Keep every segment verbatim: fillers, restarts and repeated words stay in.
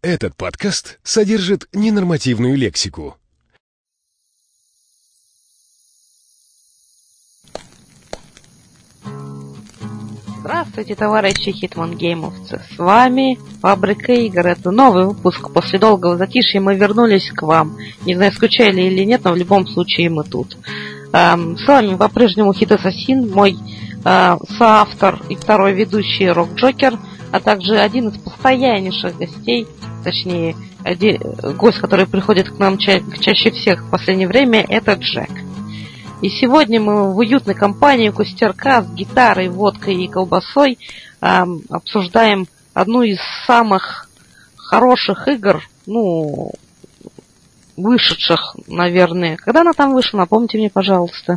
Этот подкаст содержит ненормативную лексику. Здравствуйте, товарищи хитман-геймовцы. С вами Фабрика игр. Это новый выпуск. После долгого затишья мы вернулись к вам. Не знаю, скучали или нет, но в любом случае мы тут. Эм, с вами по-прежнему Хит Ассасин, мой э, соавтор и второй ведущий Рок Джокер, а также один из постояннейших гостей, точнее, один, гость, который приходит к нам ча- чаще всех в последнее время, это Джек. И сегодня мы в уютной компании у костерка с гитарой, водкой и колбасой эм, обсуждаем одну из самых хороших игр, ну, вышедших, наверное. Когда она там вышла, напомните мне, пожалуйста.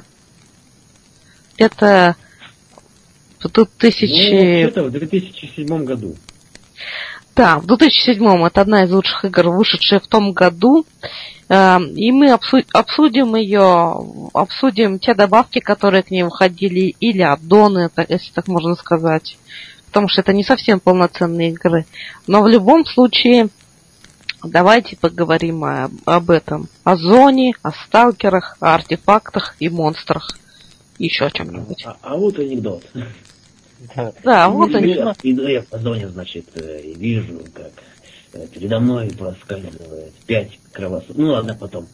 Это в две тысячи... Ну, это в две тысячи седьмом году. Да, в две тысячи седьмом это одна из лучших игр, вышедшая в том году. И мы обсудим ее, обсудим те добавки, которые к ней выходили, или аддоны, если так можно сказать. Потому что это не совсем полноценные игры. Но в любом случае, давайте поговорим об этом. О зоне, о сталкерах, о артефактах и монстрах. Еще о чем-нибудь. А, а вот анекдот. Да, вот они. Иду я по зоне, значит, и вижу, как передо мной проскальзывает пять кровососов. Ну ладно, потом.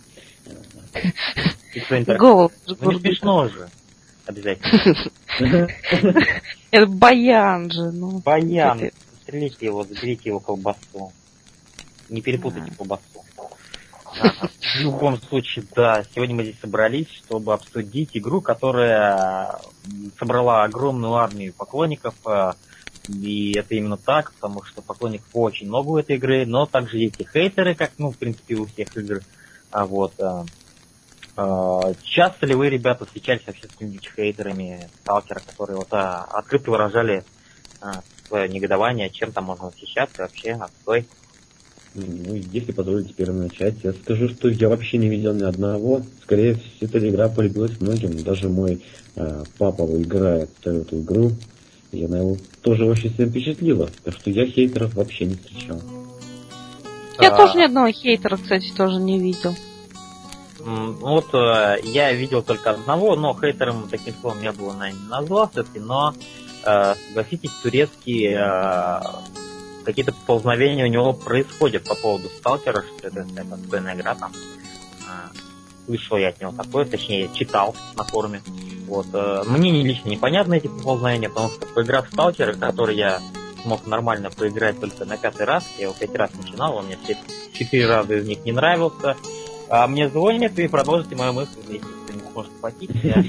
Голос. Ну не смешно же. Обязательно. Это баян же. Баян. Стрелите его, заберите его колбасу. Не перепутайте колбасу. В любом случае, да, сегодня мы здесь собрались, чтобы обсудить игру, которая собрала огромную армию поклонников. И это именно так, потому что поклонников очень много у этой игры, но также есть и хейтеры, как, ну, в принципе, у всех игр. А вот а, а, часто ли вы, ребята, встречались вообще с какими-нибудь хейтерами сталкера, которые вот а, открыто выражали а, свое негодование, чем там можно восхищаться вообще, отстой? Ну, если позволите первым начать, я скажу, что я вообще не видел ни одного. Скорее всего, эта игра полюбилась многим. Даже мой э, папа играет в эту игру. И она его тоже очень сильно впечатлила. Так что я хейтеров вообще не встречал. Я а... тоже ни одного хейтера, кстати, тоже не видел. Вот э, я видел только одного, но хейтером таким словом я бы его, наверное, не назвал все-таки, но э, согласитесь, турецкие э, какие-то поползновения у него происходят по поводу сталкера, что это какая-то отстойная игра там. Слышал я от него такое, точнее, читал на форуме. Вот. Мне не лично непонятны эти поползновения, потому что поиграв в сталкера, который я смог нормально поиграть только на пятый раз, я его пять раз начинал, он мне все четыре раза из них не нравился. А мне звонят и продолжите мою мысль, если кто не сможет платить.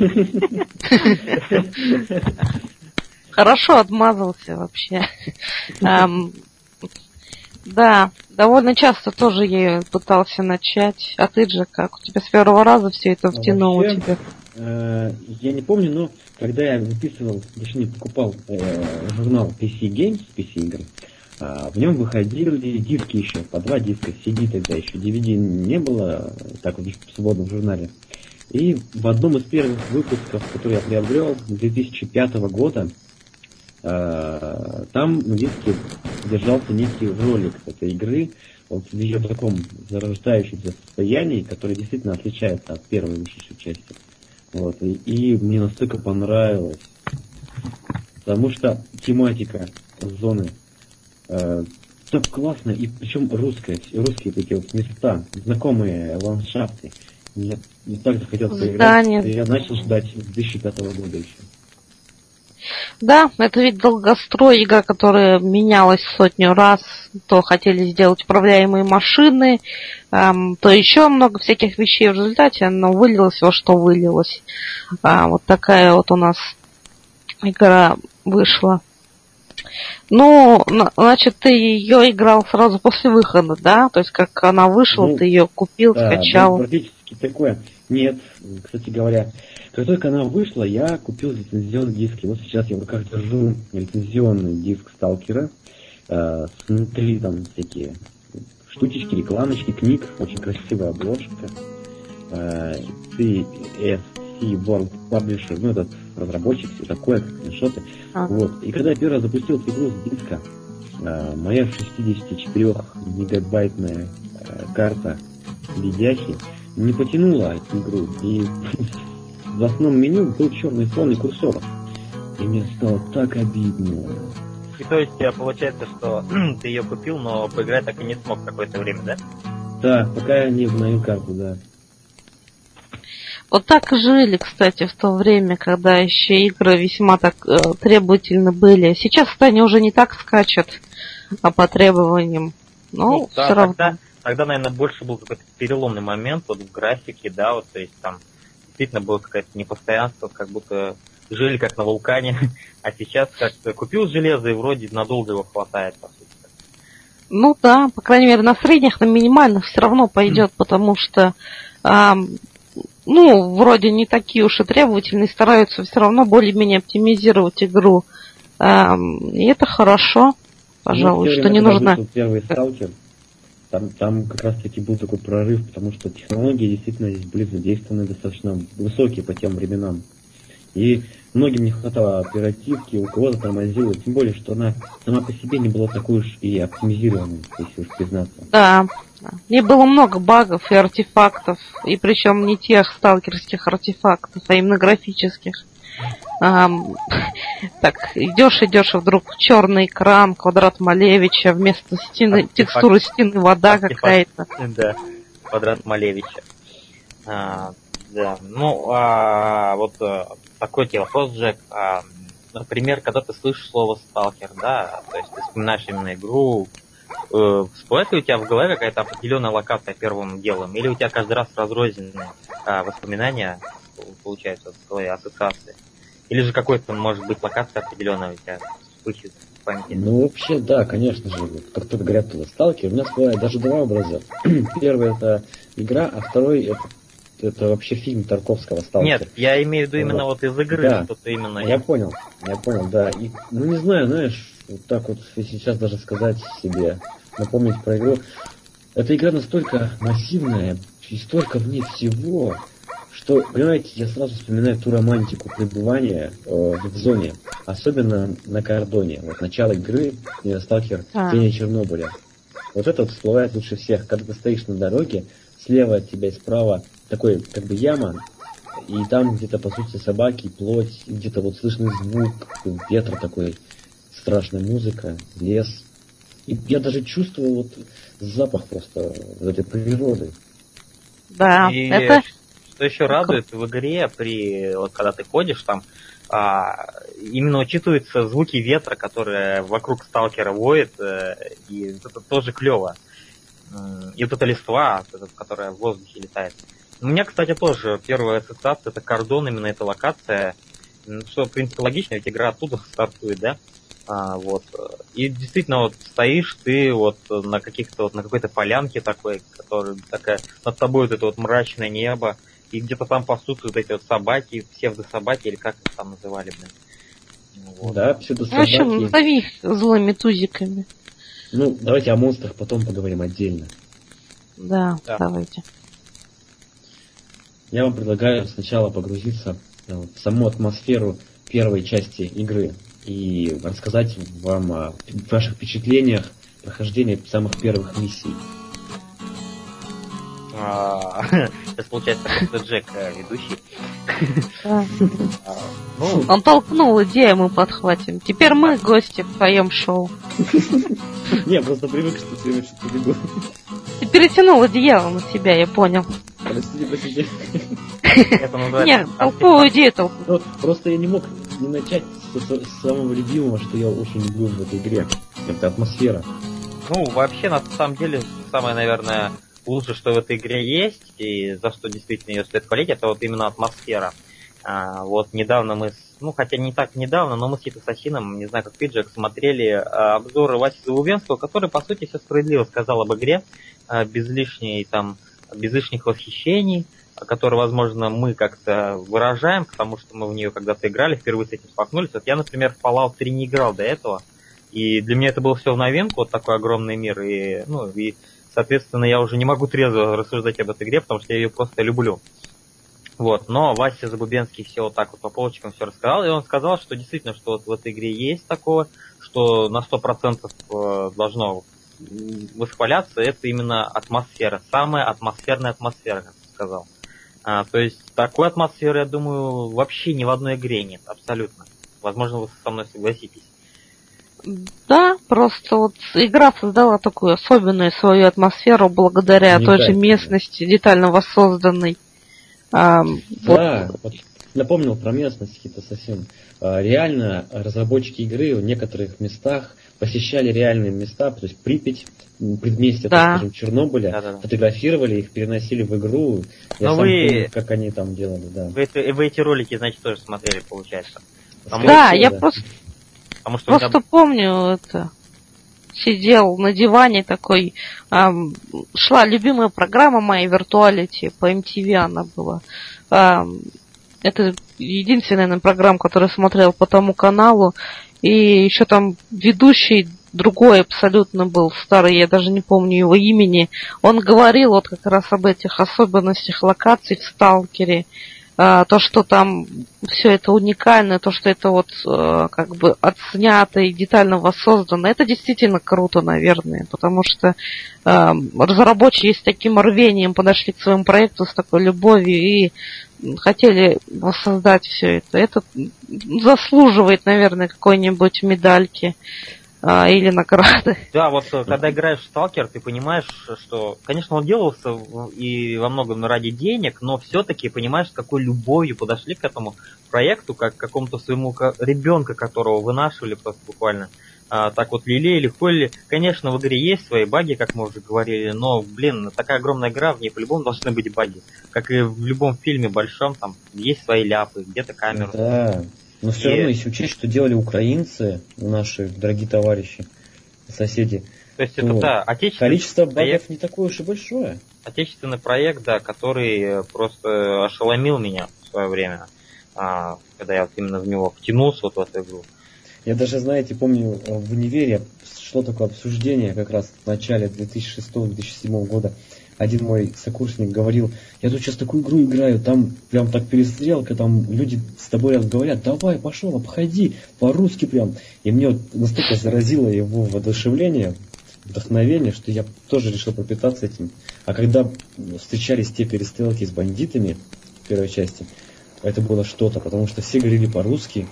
Хорошо отмазался вообще. Да, довольно часто тоже я пытался начать. А ты же как? У тебя с первого раза все это втянуло Вообще, тебя? Э, я не помню, но когда я выписывал, точнее покупал э, журнал пи си Games, пи си игры, э, в нем выходили диски еще, по два диска, си ди тогда еще, ди ви ди не было, так вот в свободном журнале. И в одном из первых выпусков, который я приобрел, две тысячи пятого года, там на диске держался некий ролик этой игры, вот в ее таком зарождающемся состоянии, который действительно отличается от первой вышедшей части. Вот, и, и мне настолько понравилось, потому что тематика зоны э, так классная, и причем русская, русские такие вот места, знакомые ландшафты. Я, я так захотел поиграть, я начал ждать две тысячи пятого года еще. Да, это ведь долгострой, игра, которая менялась сотню раз. То хотели сделать управляемые машины, эм, то еще много всяких вещей. В результате оно вылилось во что вылилось. А, вот такая вот у нас игра вышла. Ну, значит, ты ее играл сразу после выхода, да? То есть, как она вышла, ну, ты ее купил, да, скачал. Ну, практически такое. Нет, кстати говоря, как только она вышла, я купил лицензионные диски. Вот сейчас я в руках держу лицензионный диск Сталкера. Э, внутри там всякие штучечки, рекламочки, книг. Очень красивая обложка. Э, си эс си World Publisher, ну этот разработчик, все такое, как скриншоты. А. Вот. И когда я первый раз запустил эту игру с диска, А, моя шестидесятичетырёхмегабайтная а, карта видяхи не потянула эту игру. И в основном меню был черный фон и курсор. И мне стало так обидно. И то есть получается, что ты ее купил, но поиграть так и не смог какое-то время, да? Да, пока я не обновил карту, да. Вот так и жили, кстати, в то время, когда еще игры весьма так э, требовательны были. Сейчас-то они уже не так скачут а по требованиям. Но Ну, все да, равно. тогда, тогда, наверное, больше был какой-то переломный момент вот в графике, да, вот, то есть там действительно было какое-то непостоянство, как будто жили как на вулкане, а сейчас как-то купил железо и вроде надолго его хватает, по сути. Ну да, по крайней мере, на средних, на минимальных все равно пойдет, потому что а, ну, вроде не такие уж и требовательные, стараются все равно более-менее оптимизировать игру. А, и это хорошо, пожалуй, Ну, что не когда нужно. вышел первый сталкер, там, там как раз таки был такой прорыв, потому что технологии действительно здесь были задействованы достаточно высокие по тем временам. И многим не хватало оперативки, у кого-то тормозило, тем более, что она сама по себе не была такой уж и оптимизированной, если уж признаться. Да, и было много багов и артефактов, и причем не тех сталкерских артефактов, а именно графических. Ам, так, идешь, идешь, и вдруг черный экран, квадрат Малевича, вместо стены, Артефакт. текстуры стены вода Артефакт. какая-то. Да, квадрат Малевича. А, да, ну, а, вот а, такой тебе вопрос, Джек. А, например, когда ты слышишь слово «сталкер», да, то есть ты вспоминаешь именно игру, э, всплывает ли у тебя в голове какая-то определенная локация первым делом, или у тебя каждый раз разрозненные а, воспоминания, получается, в своей ассоциации? Или же какой-то, может быть, локация определенная у тебя вспыхивает в памяти? Ну, вообще, да, конечно же. Вот, как только говорят туда сталкер, у меня всплывает даже два образа. Первый — это игра, а второй — это, это вообще фильм Тарковского «Сталкер». Нет, я имею в виду именно вот, вот из игры, да. что-то именно... Я понял, я понял, да. И, ну, не знаю, знаешь, вот так вот, если сейчас даже сказать себе, напомнить про игру. Эта игра настолько массивная, и столько в ней всего, что, понимаете, я сразу вспоминаю ту романтику пребывания э, в зоне, особенно на кордоне. Вот начало игры, э, сталкер А. «Тени Чернобыля». Вот это вот всплывает лучше всех, когда ты стоишь на дороге, слева от тебя и справа такой, как бы, яма, и там где-то, по сути, собаки, плоть, и где-то вот слышный звук, ветра такой, страшная музыка, лес. И я даже чувствую вот запах просто этой природы. Да, И это... что еще радует в игре, при вот когда ты ходишь там, а, именно учитываются звуки ветра, которые вокруг сталкера воет, э, и это тоже клево. И вот эта листва, которая в воздухе летает. У меня, кстати, тоже первая ассоциация — это кордон, именно эта локация. Что, в принципе, логично, ведь игра оттуда стартует, да? А, вот. И действительно, вот стоишь ты вот на каких-то вот на какой-то полянке такой, которая такая, над тобой вот это вот мрачное небо, и где-то там пасут вот эти вот собаки, псевдособаки, или как их там называли, блин. Вот. Да, В псевдособаки. общем, назови их злыми тузиками. Ну, давайте о монстрах потом поговорим отдельно. Да, Да. давайте. Я вам предлагаю сначала погрузиться в саму атмосферу первой части игры и рассказать вам о ваших впечатлениях прохождения самых первых миссий. А, Сейчас получается, что Джек э, ведущий. Да. А, Ну, Он толкнул идею, мы подхватим. Теперь мы гости в твоем шоу. Не, просто привык, что все время что-то бегу. Ты перетянул одеяло на себя, я понял. Простите, простите. это называется... Нет, толковую идею толкнул. Ну, просто я не мог не начать с, с самого любимого, что я очень люблю в этой игре. Это атмосфера. Ну, вообще, на самом деле, самое, наверное, лучшее, что в этой игре есть, и за что действительно ее стоит хвалить, это вот именно атмосфера. А, вот недавно мы, с, ну, хотя не так недавно, но мы с Хитосахином, не знаю, как ты, Джек, смотрели а, обзоры Васи Заубенского, который, по сути, все справедливо сказал об игре, а, без лишней, там, без лишних восхищений, которые, возможно, мы как-то выражаем, потому что мы в нее когда-то играли, впервые с этим столкнулись. Вот я, например, в Fallout три не играл до этого, и для меня это было все в новинку, вот такой огромный мир, и, ну, и, соответственно, я уже не могу трезво рассуждать об этой игре, потому что я ее просто люблю. Вот, но Вася Загубенский все вот так вот по полочкам все рассказал, и он сказал, что действительно, что вот в этой игре есть такое, что на сто процентов должно восхваляться, это именно атмосфера, самая атмосферная атмосфера, как он сказал. А, то есть такой атмосферы, я думаю, вообще ни в одной игре нет, абсолютно. Возможно, вы со мной согласитесь. Да, просто вот игра создала такую особенную свою атмосферу благодаря той же местности, детально воссозданной. А, да, вот. Вот напомнил про местность какие-то совсем. А, реально разработчики игры в некоторых местах посещали реальные места, то есть Припять, предместья, да. так скажем, Чернобыля, да, да, да. фотографировали их, переносили в игру. Я Но сам вы... помню, как они там делали, да. Вы, вы эти ролики, значит, тоже смотрели, получается. Потому да, что, я да. просто, Потому что просто меня... помню это. Сидел на диване такой, эм, шла любимая программа моя Virtuality, по эм ти ви она была. Эм, это единственная, наверное, программа, которую я смотрел по тому каналу. И еще там ведущий другой абсолютно был, старый, я даже не помню его имени. Он говорил вот как раз об этих особенностях локаций в Сталкере. А, то, что там все это уникально, то, что это вот а, как бы отснято и детально воссоздано, это действительно круто, наверное, потому что а, разработчики с таким рвением подошли к своему проекту, с такой любовью и хотели воссоздать все это. Это заслуживает, наверное, какой-нибудь медальки а, или награды. Да, вот когда играешь в Сталкер, ты понимаешь, что, конечно, он делался и во многом ради денег, но все-таки понимаешь, с какой любовью подошли к этому проекту, как к какому-то своему ребенка, которого вынашивали просто буквально. А, так вот лелеяли, холили. Конечно, в игре есть свои баги, как мы уже говорили, но, блин, такая огромная игра, в ней по-любому должны быть баги. Как и в любом фильме большом, там есть свои ляпы, где-то камеру. Да, но все и... равно, если учесть, что делали украинцы, наши дорогие товарищи, соседи, то есть то это, да, отечественный количество багов проект, не такое уж и большое. Отечественный проект, да, который просто ошеломил меня в свое время, а, когда я вот именно в него втянулся, вот в эту игру. Я даже, знаете, помню, в универе шло такое обсуждение как раз в начале две тысячи шестого - две тысячи седьмого года. Один мой сокурсник говорил, я тут сейчас такую игру играю, там прям так перестрелка, там люди с тобой рядом говорят, давай, пошел, обходи, по-русски прям. И мне вот настолько заразило его воодушевление, вдохновение, что я тоже решил пропитаться этим. А когда встречались те перестрелки с бандитами в первой части, это было что-то, потому что все говорили по-русски.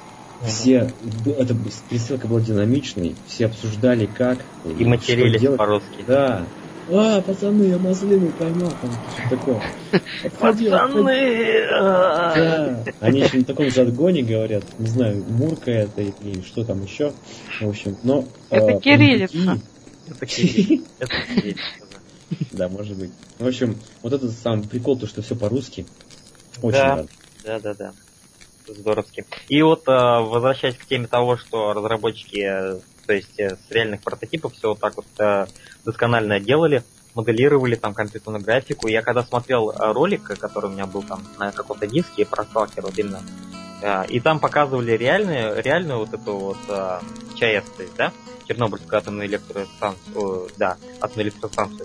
Все, эта перестрелка была динамичной, все обсуждали как и матерились по-русски. Да. А, пацаны, я маслину поймал, там что такое. Обходи, пацаны! Да. Они еще на таком жаргоне говорят, не знаю, мурка это и что там еще. В общем, но... Это а, кириллица. Это кириллица. Да, может быть. В общем, вот этот сам прикол, то, что все по-русски. Очень рад. Да, да, да. Здоровски. И вот, возвращаясь к теме того, что разработчики, то есть с реальных прототипов все вот так вот досконально делали, моделировали там компьютерную графику. Я когда смотрел ролик, который у меня был там на каком-то диске про Сталкер, вот именно, и там показывали реальную, реальную вот эту вот ЧАЭС, то есть, да, Чернобыльскую атомную электростанцию, да, атомную электростанцию.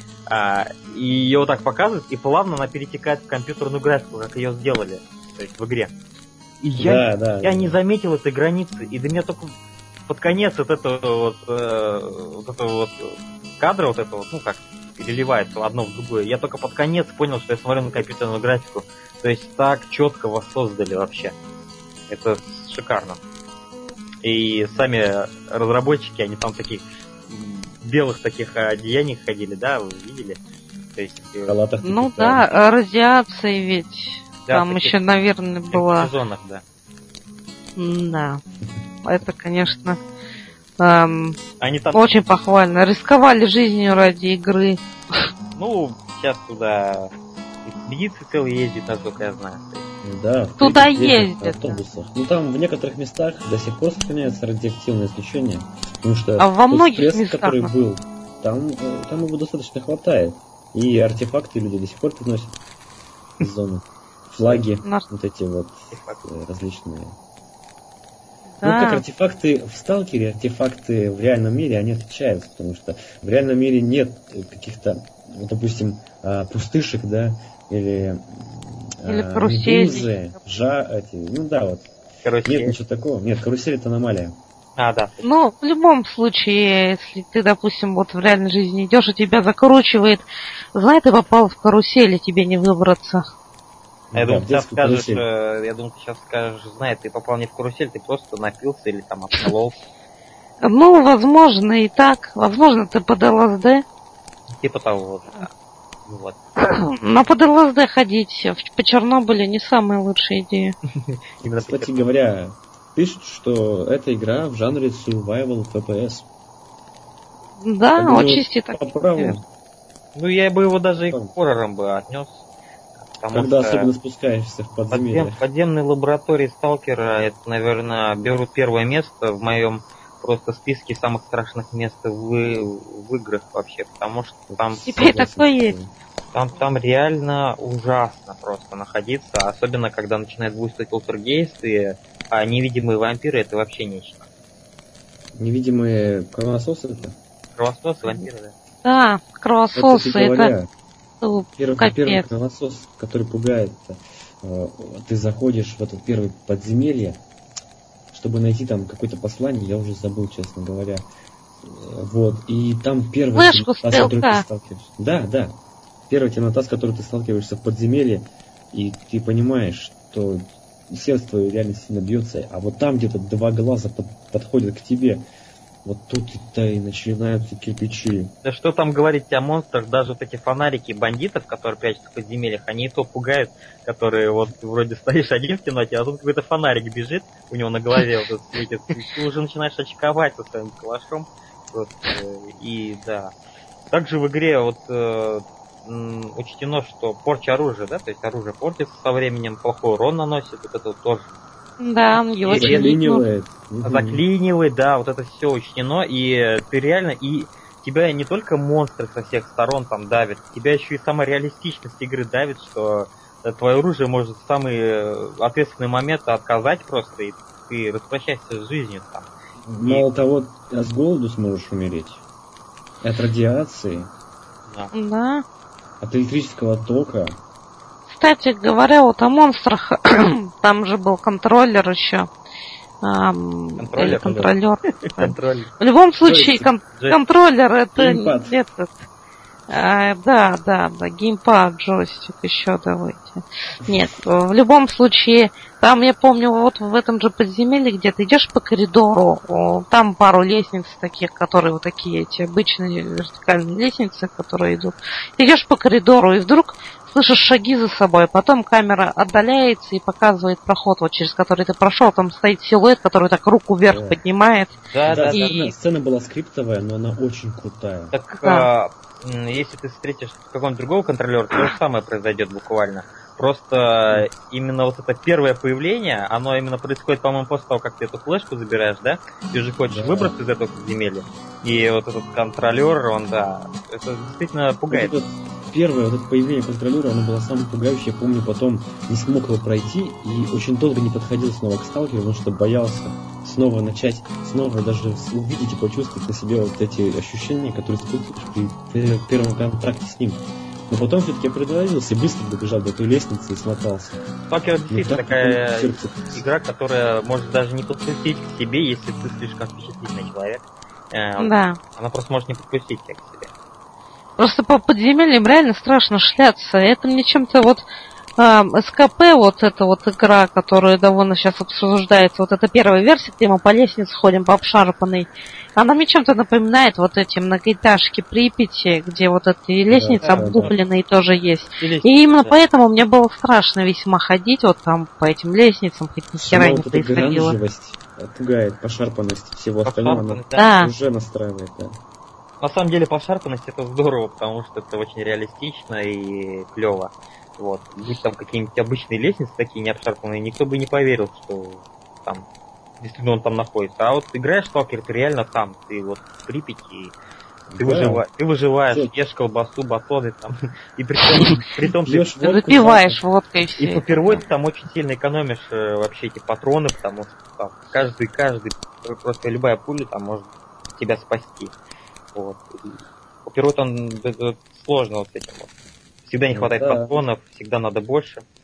И ее вот так показывают, и плавно она перетекает в компьютерную графику, как ее сделали, то есть в игре. И я, да, да, я да. не заметил этой границы, и до меня только под конец от этого вот, э, вот этого вот кадра, вот этого вот, ну как, переливается одно в другое, я только под конец понял, что я смотрю на компьютерную графику. То есть так четко воссоздали вообще. Это шикарно. И сами разработчики, они там таких белых таких одеяниях ходили, да, вы видели? То есть, халатах, ну да, да, радиация ведь. Да, там еще, наверное, была... В сезонах, да. Да. Это, конечно, эм, Они там... очень похвально. Рисковали жизнью ради игры. Ну, сейчас туда экспедиции целые ездят, насколько я знаю. Да, туда ездят. Автобусах. Ну там в некоторых местах до сих пор сохраняется радиоактивное излучение. Потому что а во многих стресс, местах, который был, там, там его достаточно хватает. И артефакты люди до сих пор приносят из зоны. Флаги, Нар... вот эти вот различные. Да. Ну, как артефакты в Сталкере, артефакты в реальном мире, они отличаются, потому что в реальном мире нет каких-то, допустим, пустышек, да, или Или а, карусель. медузы, жа, эти, ну да, вот. Карусель. Нет ничего такого. Нет, карусель это аномалия. А, да. Ну, в любом случае, если ты, допустим, вот в реальной жизни идешь, и тебя закручивает, знай, ты попал в карусель, и тебе не выбраться. А я Да, думал, в ты сейчас детскую скажешь, карусель. э, я думал, ты сейчас скажешь, знай, ты попал не в карусель, ты просто напился или там откололся. Ну, возможно, и так. Возможно, ты под ЛСД. Типа того вот. да. Вот. Но под ЛСД ходить в- по Чернобылю не самая лучшая идея. Именно Кстати таких- говоря, пишут, что эта игра в жанре survival эф пи эс. Да, Я думаю, отчасти так. По праву, Ну, я бы его даже и Там. к хоррорам бы отнес. Потому когда что особенно спускаешься в подземелье. подзем- подземные лаборатории Сталкера, это, наверное, берут первое место в моем просто списке самых страшных мест в, в играх вообще. Потому что там, Теперь такое есть. там, там реально ужасно просто находиться. Особенно, когда начинает буйствовать полтергейсты, а невидимые вампиры это вообще нечто. Невидимые кровососы это? Кровососы, вампиры, да. Да, кровососы, Кстати это говоря, ну, первый, первый капец. кровосос, который пугает, э, ты заходишь в это первое подземелье, чтобы найти там какое-то послание, я уже забыл, честно говоря. Э, Вот, и там первая Флешку темнота, с которой стрелка. ты сталкиваешься. Да, да. Первая темнота, с которой ты сталкиваешься в подземелье, и ты понимаешь, что сердце твое реально сильно бьется, а вот там где-то два глаза под- подходят к тебе, вот тут-то и начинаются кирпичи. Да что там говорить о монстрах, даже вот эти фонарики бандитов, которые прячутся в подземельях, они и то пугают, которые вот вроде стоишь один в темноте, а тут какой-то фонарик бежит, у него на голове вот этот светит, и ты уже начинаешь очковать со своим калашом. Вот, э, и да. Также в игре вот э, м, учтено, что порча оружия, да, то есть оружие портится со временем, плохой урон наносит, вот это вот тоже Да, его И чинить нужно. Заклинивает. Мгм. заклинивает, да, вот это все учтено, и ты реально, и тебя не только монстры со всех сторон там давят, тебя еще и сама реалистичность игры давит, что э, твое оружие может в самый э, ответственный момент отказать просто, и ты распрощаешься с жизнью там. Мало того, с голоду сможешь умереть. От радиации, Да. Да. от электрического тока. Кстати говоря, вот о монстрах, там же был контроллер еще. Ам, Контроллер? или контролер. Контроль. В любом случае, Джойстик. кон- Джойстик. контроллер это Геймпад. не этот. А, да, да, да, геймпад, джойстик еще давайте. Нет, в любом случае, там я помню, вот в этом же подземелье, где ты идешь по коридору, о, там пару лестниц таких, которые вот такие эти обычные вертикальные лестницы, которые идут. Ты идешь по коридору и вдруг слышишь шаги за собой, потом камера отдаляется и показывает проход, вот через который ты прошел, там стоит силуэт, который так руку вверх Да. поднимает. Да, да, да. и- сцена, сцена была скриптовая, но она очень крутая. Так, Да. а, м, если ты встретишь какого-нибудь другого контролера, то же самое произойдет буквально. Просто именно вот это первое появление, оно именно происходит, по-моему, после того, как ты эту флешку забираешь, да? Ты же хочешь Да. выбраться из этого подземелья. И вот этот контролер, он, да, это действительно пугает. Вот это первое вот это появление контролера, оно было самое пугающее. Я помню, потом не смог его пройти и очень долго не подходил снова к сталкеру, потому что боялся снова начать, снова даже увидеть и почувствовать на себе вот эти ощущения, которые испытываешь при пер- первом контракте с ним. Но потом все-таки я предварился и быстро добежал до той лестницы и смотался. Сталкер Ну, действительно так такая такое сердце. игра, которая может даже не подпустить к себе, если ты слишком впечатлительный человек. Э, Да. Она просто может не подпустить тебя к себе. Просто по подземельям реально страшно шляться. Это мне чем-то вот эм, эс ка пэ, вот эта вот игра, которая довольно сейчас обсуждается, вот эта первая версия, где мы по лестнице ходим, по обшарпанной, она мне чем-то напоминает вот эти многоэтажки Припяти, где вот эти лестницы да, обдупленные тоже есть. Или- И именно да. поэтому мне было страшно весьма ходить вот там по этим лестницам, хоть ни хера Сама не вот эта происходило. гранжевость пугает, пошарпанность всего остального, она Пошарпанность, да. Да. уже настраивает, да. На самом деле, пошарпанность это здорово, потому что это очень реалистично и клево. Вот. Будь там какие-нибудь обычные лестницы, такие необшарпанные, никто бы не поверил, что там действительно он там находится. А вот играешь в Сталкер, ты реально там, ты вот в Припяти, и ты, Да. выжива... ты выживаешь, Всё. ешь колбасу, батоны там, и при том, при том ты Пьешь Ты водку, запиваешь водкой и все. попервой ты там очень сильно экономишь э, вообще эти патроны, потому что там каждый, каждый, просто любая пуля там может тебя спасти. Вот. И попервой там это сложно вот с этим вот. Всегда не Ну хватает да. патронов, всегда надо больше.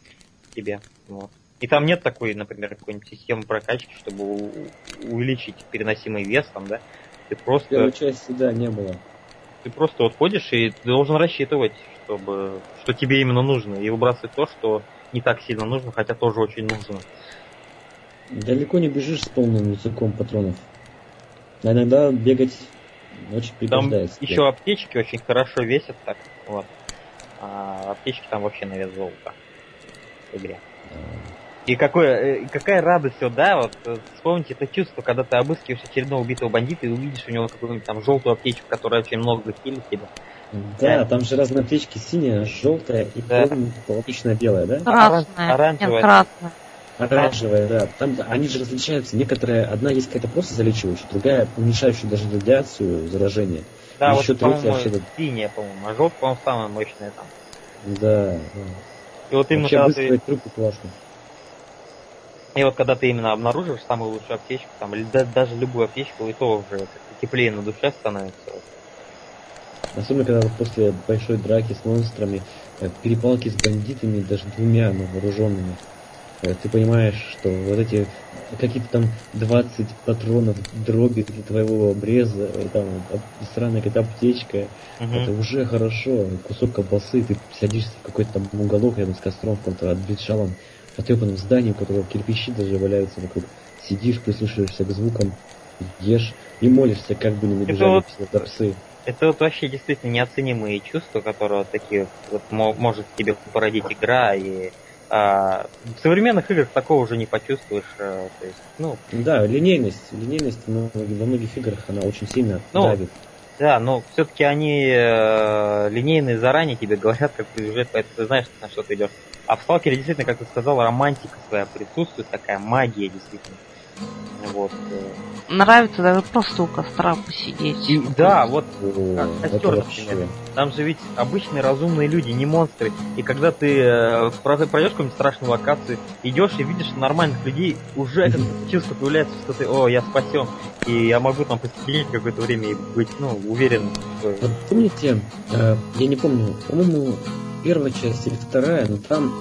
тебе. Вот. И там нет такой, например, какой-нибудь системы прокачки, чтобы у- увеличить переносимый вес там, да? Ты В просто, первой части, да, не было. ты просто вот ходишь и ты должен рассчитывать, чтобы, что тебе именно нужно, и выбрасывать то, что не так сильно нужно, хотя тоже очень нужно. Далеко не бежишь с полным языком патронов. А иногда бегать очень Там пригождается. еще аптечки очень хорошо весят так, вот. А аптечки там вообще на вес золота в игре. И какое, э, какая радость, вот, да, вот э, вспомните это чувство, когда ты обыскиваешь очередного убитого бандита и увидишь у него какую-нибудь там желтую аптечку, которая очень много хилит тебя. Да, Да. там же разные аптечки: синяя, желтая и, Да. по-моему, обычно белая, да? Красная. оранжевая. Нет, красная. Оранжевая, да. Там они же различаются. Некоторые, одна есть какая-то просто залечивающая, другая уменьшающая даже радиацию, заражение. Да, И вот, еще третья по-моему, вообще. синяя, по-моему, а желтая, по-моему, самая мощная там. Да. И вот именно Вообще когда обыскивать ты, трупы классно. и вот когда ты именно обнаруживаешь самую лучшую аптечку, там, или да- даже любую аптечку, и то уже как-то теплее на душе становится. Особенно, когда вот после большой драки с монстрами, э, перепалки с бандитами, даже двумя, но вооруженными, э, ты понимаешь, что вот эти какие-то там двадцать патронов дроби для твоего обреза, и там ап- сраная какая-то аптечка, Мгм. это уже хорошо. Кусок колбасы, ты садишься в какой-то там уголок рядом с костром, в каком-то обветшалом, потрепанном здании, у которого кирпичи даже валяются вокруг. Сидишь, прислушиваешься к звукам, ешь и молишься, как бы не набежали вот- все это псы. Это вот вообще действительно неоценимые чувства, которые вот такие вот мо- может тебе породить игра, и а, в современных играх такого уже не почувствуешь. а, то есть, ну, Да, линейность. Линейность ну, во многих играх она очень сильно Ну, давит. да, но все-таки они э, линейные заранее тебе говорят, как сюжет, поэтому ты знаешь, на что ты идешь. А в Сталкере действительно, как ты сказал, романтика своя присутствует, такая магия действительно. Вот. э. Нравится даже просто у костра посидеть. И, да, вот О, как это костер, вообще. например. Там же ведь обычные разумные люди, не монстры. И когда ты э, про- пройдешь какую-нибудь страшную локацию, идешь и видишь нормальных людей, уже как чувство появляется, что ты, о, я спасен. И я могу там посидеть какое-то время и быть, ну, уверен, что... Вот помните, э, я не помню, по-моему, первая часть или вторая, но там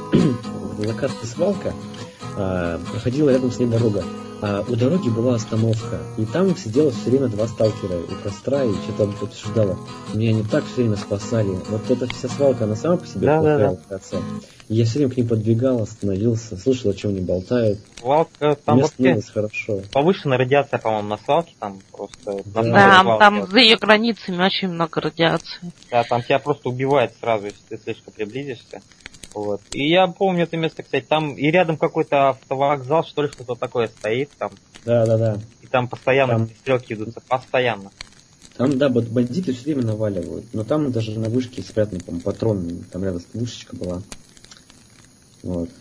в локации свалка, э, проходила рядом с ней дорога. А у дороги была остановка, и там сидело все время два сталкера у костра и что-то обсуждало. Меня они так все время спасали. Вот эта вся свалка, она сама по себе Да, плохая да, да. локация. И я все время к ним подбегал, остановился, слушал, о чем они болтают. Свалка, там Мне вообще становилось хорошо. повышенная радиация, по-моему, на свалке, там просто... на Да. самой Да, свалке. там за ее границами очень много радиации. Да, там тебя просто убивает сразу, если ты слишком приблизишься. Вот. И я помню это место, кстати, там и рядом какой-то автовокзал, что ли, что-то такое стоит там. Да, да, да. И там постоянно Там. стрелки идутся, постоянно. Там, да, вот бандиты все время наваливают. Но там даже на вышке спрятан, по-моему, патрон. Там рядом вышечка была. Вот.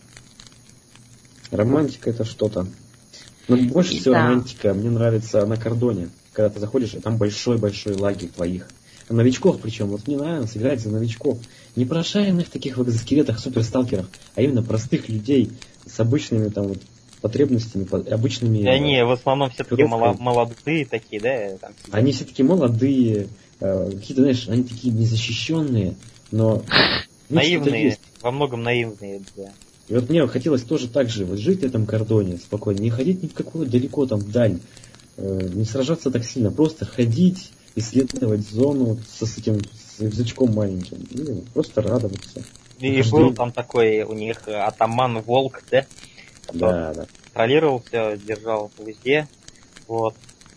Романтика это что-то. Но больше всего Да. романтика мне нравится на кордоне. Когда ты заходишь, и там большой-большой лагерь твоих. Новичков причем. Вот мне нравится играть за новичков. Не прошаренных таких в экзоскелетах, суперсталкерах, а именно простых людей с обычными там вот потребностями, по- обычными... И они в основном все-таки Коробкой. молодые такие, да? Там сидят. Они все таки молодые, э, какие-то, знаешь, они такие незащищенные, но... ну, что-то наивные, есть. во многом наивные, да. И вот мне хотелось тоже так же вот жить на этом кордоне спокойно, не ходить ни в какую далеко там вдаль, э, не сражаться так сильно, просто ходить, исследовать зону со, с этим с рюкзачком маленьким, и просто радоваться. И Нахождение. был там такой у них атаман Волк, да? Который Да, да. контролировал все, держал в узде. Вот.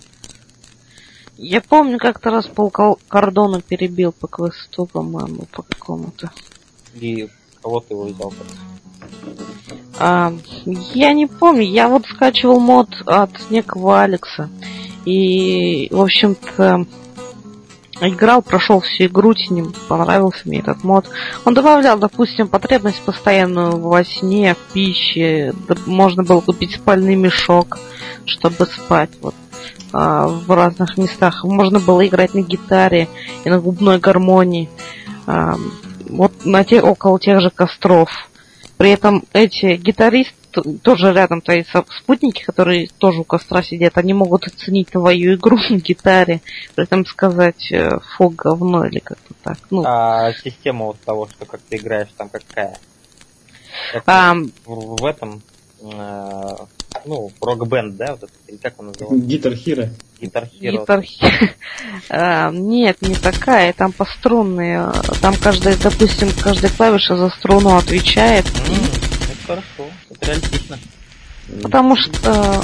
Я помню, как-то раз по кол- кордону перебил по квесту, по-моему, по какому-то. И кого ты его взял? А, я не помню, я вот скачивал мод от некого Алекса. И, в общем-то, играл, прошел всю игру с ним, понравился мне этот мод. Он добавлял, допустим, потребность постоянную во сне, в пище. Да, можно было купить спальный мешок, чтобы спать вот а, в разных местах. Можно было играть на гитаре и на губной гармонии. А, вот на те, около тех же костров. При этом эти гитаристы, тоже рядом стоят спутники, которые тоже у костра сидят, они могут оценить твою игру на гитаре, при этом сказать фу, говно или как-то так. Ну, А система вот того, что как ты играешь, там какая? А, в, в этом, э, ну, рок-бенд, да, вот это, или как он называется? Guitar Hero. Guitar Hero. Guitar Hero. А, нет, не такая, там по струнные. Там каждая, допустим, каждая клавиша за струну отвечает. М, это хорошо, это реалистично. Потому что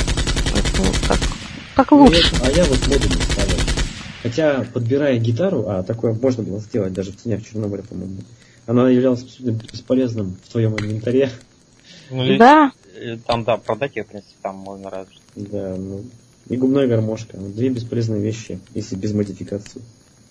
это так, так Ну, лучше. я- а я вот моду не ставил. Хотя, подбирая гитару, а такое можно было сделать даже в цене в Чернобыле, по-моему, она являлась абсолютно бесполезным в твоем инвентаре. Ну, или- Да, или там, да, продать ее, в принципе, там можно разве что. Да, ну. И губная гармошка. Две бесполезные вещи, если без модификации.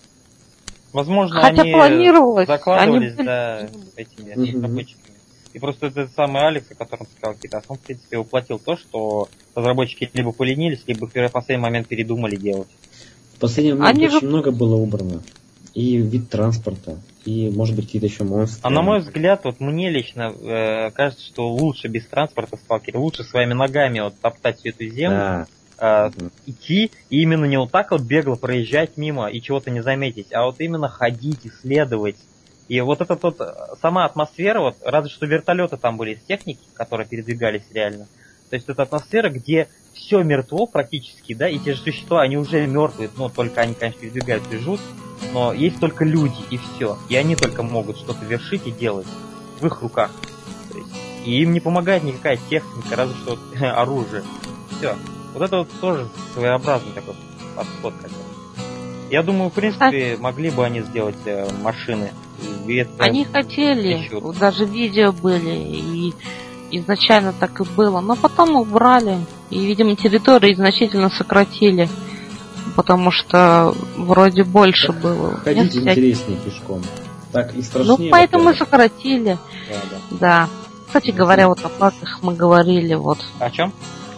Возможно, Хотя они планировалось, закладывались, они- да, этими Мгм. разработчиками. И просто этот самый Алекс, о котором сказал Китас, он, в принципе, уплатил то, что разработчики либо поленились, либо в последний момент передумали делать. В последний момент Они очень же- много было убрано. И вид транспорта, и, может быть, какие-то еще монстры. А на мой взгляд, вот мне лично э, кажется, что лучше без транспорта сталкера, лучше своими ногами вот топтать всю эту землю, Да. э, идти, и именно не вот так вот бегло проезжать мимо и чего-то не заметить, а вот именно ходить, исследовать. И вот эта вот э, сама атмосфера, вот разве что вертолеты там были из техники, которые передвигались реально. То есть это атмосфера, где все мертво практически, да, и те же существа, они уже мертвые, ну, только они, конечно, передвигаются и жут, но есть только люди, и все. И они только могут что-то вершить и делать в их руках. То есть, и им не помогает никакая техника, разве что вот, оружие. Все. Вот это вот тоже своеобразный такой подход. Как бы. Я думаю, в принципе, могли бы они сделать э, машины. И это они хотели, ищут. вот даже видео были, и изначально так и было, но потом убрали, и, видимо, территории значительно сократили, потому что вроде больше было. Ходить Нет, всяких- интереснее пешком. Так и страшнее. Ну, поэтому и во-первых. сократили, Да, да. да. Кстати говоря, вот о багах мы говорили, вот, О чем?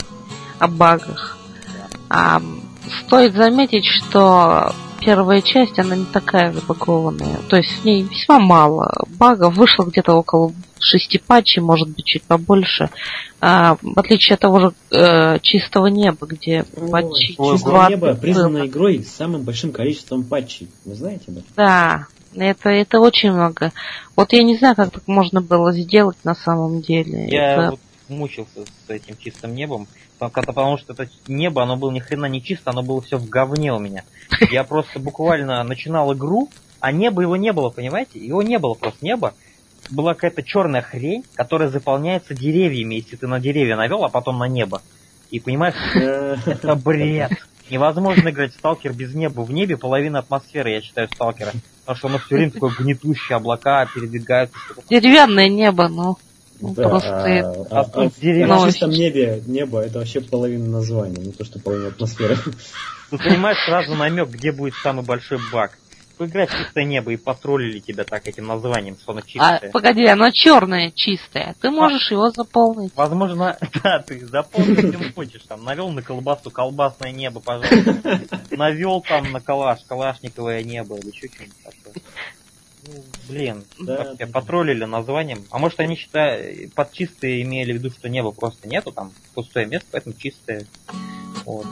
о багах. А, стоит заметить, что первая часть, она не такая забагованная. То есть в ней весьма мало багов. Вышло где-то около шести патчей, может быть, чуть побольше. А, в отличие от того же э, чистого неба, где Ой, патчей ой, Чистое двадцать небо было. признано игрой с самым большим количеством патчей. Вы знаете об этом? Да, это, это очень много. Вот я не знаю, как так можно было сделать на самом деле. Я Это- вот мучился с этим чистым небом, потому потому что это небо, оно было ни хрена не чисто, оно было все в говне у меня. Я просто буквально начинал игру, а неба его не было, понимаете? Его не было просто неба. Была какая-то черная хрень, которая заполняется деревьями, если ты на деревья навел, а потом на небо. И понимаешь, это бред. Невозможно играть в сталкер без неба. В небе половина атмосферы, я считаю, сталкера. Потому что оно все время такое гнетущее, облака передвигаются. деревянное небо, ну. Ну, Да, просто а, это- а- А тут а деревья. на чистом небе небо это вообще половина названия, не то что половина атмосферы. Ты понимаешь сразу намек, где будет самый большой баг. Поиграй в чистое небо и потроллили тебя так этим названием, что оно А, чистое. погоди, оно черное, чистое. Ты можешь его заполнить. Возможно, да, ты запомни, чем хочешь. Там навел на колбасу колбасное небо, пожалуйста. Навел там на калаш, калашниковое небо или еще что-нибудь такое. Ну, блин, Да, как тебя да. потроллили названием. А может они считали, под чистое имели в виду, что неба просто нету, там пустое место, поэтому чистое. Вот.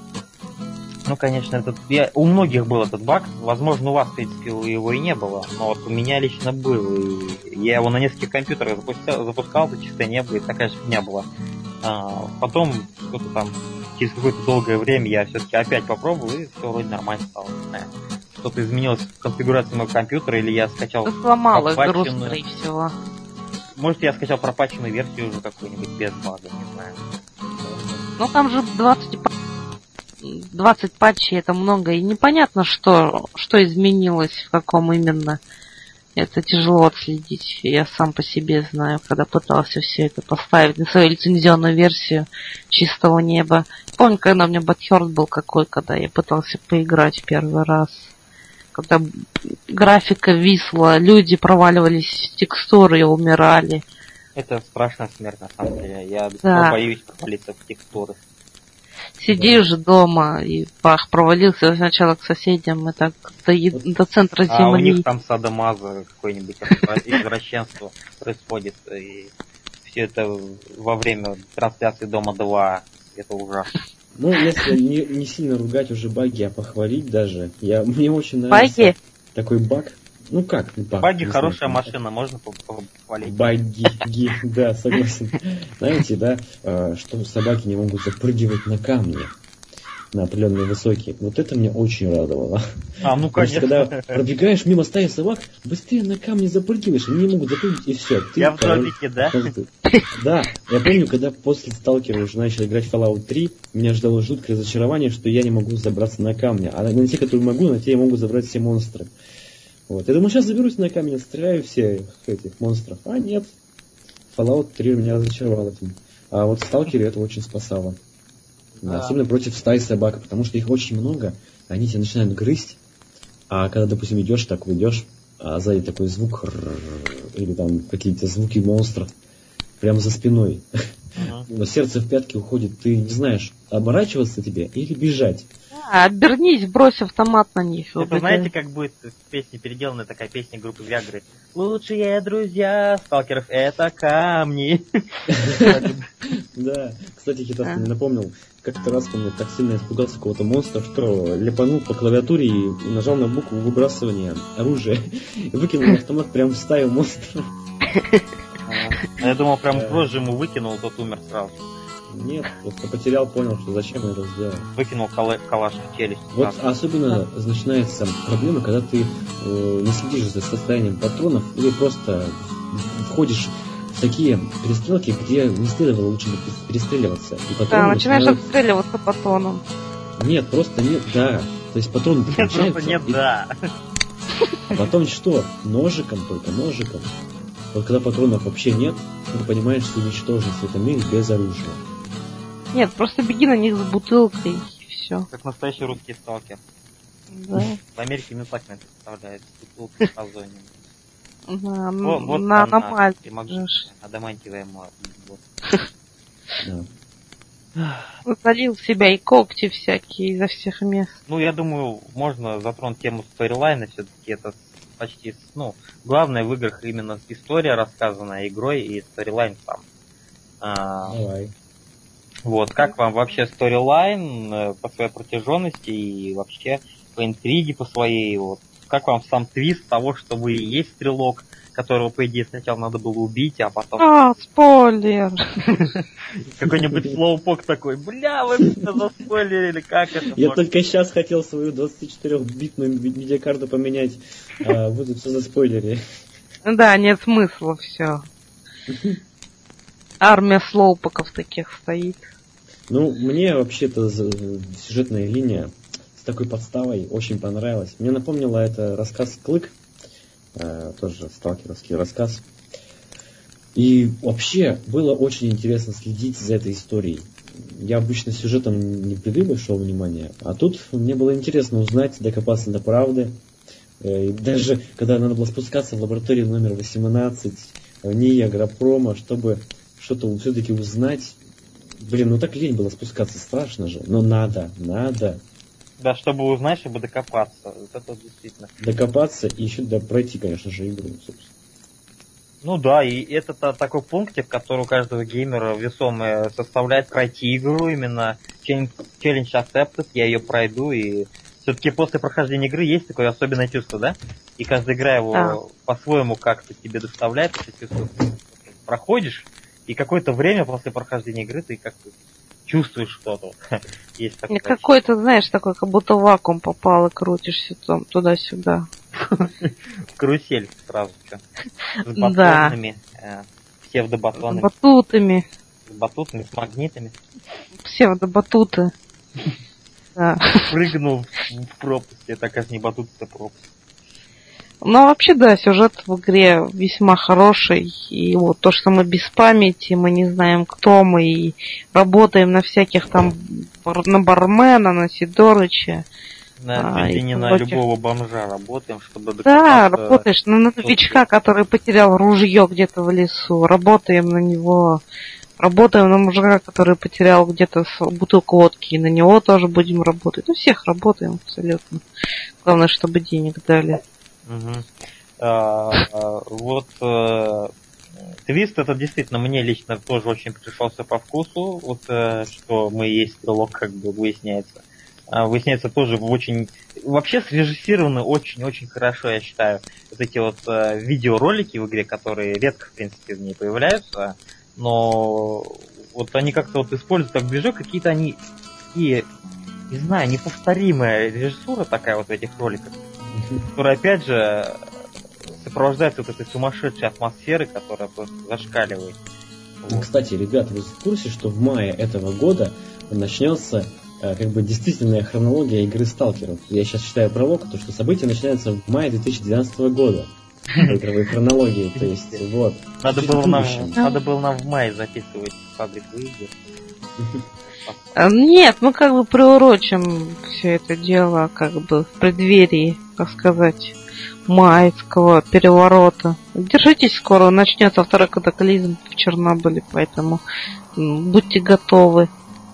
Ну, конечно, этот, я, у многих был этот баг. Возможно, у вас, в принципе, его и не было. Но вот у меня лично был. И я его на нескольких компьютерах запускал, запускал это чистое небо, и такая же фигня была. А, потом, что-то там, через какое-то долгое время я все-таки опять попробовал, и все вроде нормально стало. Не знаю. Что-то изменилось в конфигурации моего компьютера, или я скачал... Ты сломал игру, пропатченную- скорее всего. Может, я скачал пропатченную версию уже какую-нибудь без бага, не знаю. Ну там же двадцать, па- двадцать патчей, это много. И непонятно, что, что изменилось, в каком именно. Это тяжело отследить. Я сам по себе знаю, когда пытался все это поставить на свою лицензионную версию чистого неба. Помню, когда у меня Butthurt был какой, когда я пытался поиграть первый раз. Когда графика висла, люди проваливались в текстуры и умирали. Это страшная смерть, на самом деле. Я до сих Да. пор боюсь провалиться в текстуры. Сидишь дома и бах, провалился сначала к соседям, и так до, е- до центра А у земли. них там садомаза какое-нибудь извращенство происходит. И все это во время трансляции Дома два. Это ужасно. Ну, если не, не сильно ругать уже баги, а похвалить даже. Я, мне очень нравится Баги? такой баг. Ну как? Ну, баг, Баги не хорошая знаю. машина, можно похвалить. Баги, ги, да, согласен. Знаете, да, э, что собаки не могут запрыгивать на камни, на определенные высокие. Вот это меня очень радовало. А, ну Потому что конечно. когда пробегаешь мимо стаи собак, быстрее на камни запрыгиваешь, они не могут запрыгнуть, и все. Я в жопике, да? Да, я помню, когда после Сталкера уже начал играть в Fallout три, меня ждало жуткое разочарование, что я не могу забраться на камни. А на те, которые могу, на те я могу забрать все монстры. Вот. Я думаю, сейчас заберусь на камень, отстреляю всех этих монстров. А нет. Fallout три меня разочаровал этим. А вот в Сталкере это очень спасало. Да. Да. Особенно против стаи собак, потому что их очень много, они тебя начинают грызть. А когда, допустим, идешь, так идешь, а сзади такой звук, или там какие-то звуки монстров, прямо за спиной. Угу. Но сердце в пятки уходит, ты не знаешь, оборачиваться тебе или бежать. А, обернись, брось автомат на них. Это убегай. знаете, как будет в песне переделана такая песня группы Виагры? Лучшие друзья сталкеров — это камни. Да, кстати, Хитас А. мне напомнил, как-то раз, помню, так сильно испугался какого-то монстра, что ляпанул по клавиатуре и нажал на букву выбрасывания оружия и выкинул автомат прямо в стаю монстров. А я думал, прям Да. дрожжи ему выкинул, тот умер сразу. Нет, просто потерял, понял, что зачем я это сделал. Выкинул кала- калаш в челюсть. Вот сразу. особенно начинается проблема, когда ты э, не следишь за состоянием патронов или просто входишь в такие перестрелки, где не следовало лучше бы перестреливаться. И Да, патроны начинаешь начинают- отстреливаться патроном. Нет, просто нет, да. То есть патрон Нет, кончается, просто нет, и- да. а потом что? Ножиком только, ножиком. Вот когда патронов вообще нет, ты понимаешь всю ничтожность в этом мире без оружия. Нет, просто беги на них с бутылкой, и все. Как настоящий русский сталкер. Да. В Америке именно так меня представляют. Бутылка с озонием. Да, Вот, вот на она, аномалии. примагнитная, адамантиевая морда. Вот. Да. Залил в себя и когти всякие изо всех мест. Ну, я думаю, можно затронуть тему сторилайна, все-таки это почти, ну, главное в играх именно история, рассказанная игрой, и сторилайн сам. А, Давай. вот, как вам вообще сторилайн э, по своей протяженности и вообще по интриге по своей, вот, как вам сам твист того, что вы и есть стрелок, которого, по идее, сначала надо было убить, а потом А, спойлер. какой-нибудь слоупок такой, бля, вы меня заспойлерили, как это Я может только сейчас хотел свою двадцатичетырёхбитную ви- видеокарту поменять, а вы тут все заспойлерили. Да, нет смысла, все. Армия слоупоков таких стоит. Ну, мне вообще-то за- сюжетная линия с такой подставой очень понравилась. Мне напомнило это рассказ «Клык», э, тоже сталкеровский рассказ. И вообще было очень интересно следить за этой историей. Я обычно сюжетом не придаю большого внимания, а тут мне было интересно узнать, докопаться до правды. Э, И даже когда надо было спускаться в лабораторию номер восемнадцать в НИИ Агропрома, чтобы что-то все-таки узнать. Блин, ну так лень было спускаться, страшно же. Но надо, надо Да, чтобы узнать, чтобы докопаться. Вот это действительно. докопаться и еще да, пройти, конечно же, игру, собственно. Ну да, и это та- такой пунктик, который у каждого геймера весомый составляет пройти игру, именно челлендж accepted, я ее пройду, и все-таки после прохождения игры есть такое особенное чувство, да? И каждая игра его Да. по-своему как-то тебе доставляет это чувство. Проходишь, и какое-то время после прохождения игры ты как-то чувствуешь что-то. Есть такое. И какой-то, знаешь, такой, как будто в вакуум попал и крутишься там туда-сюда. Карусель сразу же. С Да. батонами, э, С псевдобатонами, батутами. с батутами, с магнитами. Псевдобатуты. Да. Прыгнул в пропасть. Это как не батут, это пропасть. Ну, а вообще, да, сюжет в игре весьма хороший. И вот то, что мы без памяти, мы не знаем, кто мы, и работаем на всяких там, бар- на бармена, на Сидорыча. На, А, чуть ли и не на прочих. любого бомжа работаем, чтобы Да, докопаться. работаешь на новичка, который потерял ружье где-то в лесу. Работаем на него. Работаем на мужика, который потерял где-то с- бутылку водки. И на него тоже будем работать. Ну, всех работаем абсолютно. Главное, чтобы денег дали. Мгм. А, а, вот э, твист это действительно мне лично тоже очень пришелся по вкусу. Вот э, что мы и есть стрелок, как бы выясняется. выясняется тоже очень... Вообще срежиссированы очень-очень хорошо, я считаю. Вот эти вот э, видеоролики в игре, которые редко, в принципе, в ней появляются, но вот они как-то вот используют так движок, какие-то они такие, не знаю, неповторимая режиссура такая вот в этих роликах, которая, опять же, сопровождается вот этой сумасшедшей атмосферой, которая просто зашкаливает. Вот. Кстати, ребята, вы в курсе, что в мае этого года начнется как бы действительная хронология игры Сталкеров? Я сейчас читаю пролог, то что события начинаются в мае две тысячи двенадцатого года. Игровой хронологии, то есть вот. Надо было нам, надо было нам в мае записывать фабрику игр. Нет, мы как бы приурочим все это дело как бы в преддверии, так сказать, майского переворота. Держитесь, скоро начнется второй катаклизм в Чернобыле, поэтому будьте готовы.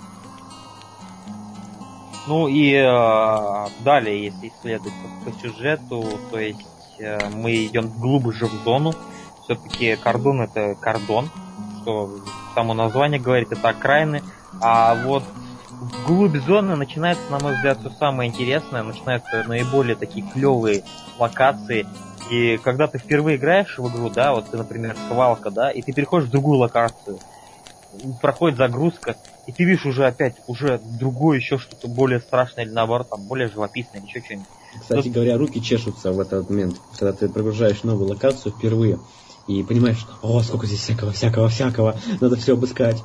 Ну и э, далее, если исследовать по, по сюжету, то есть э, мы идем глубже в зону. Все-таки кордон это кордон, что само название говорит, это окраины. А вот вглубь зоны начинается, на мой взгляд, все самое интересное, начинаются наиболее такие клевые локации. И когда ты впервые играешь в игру, да, вот ты, например, свалка, да, и ты переходишь в другую локацию, проходит загрузка, и ты видишь уже опять, уже другое, еще что-то более страшное, или наоборот, там, более живописное, или еще что-нибудь. Кстати говоря, руки чешутся в этот момент, когда ты прогружаешь новую локацию впервые, и понимаешь, о, сколько здесь всякого, всякого, всякого, надо все обыскать.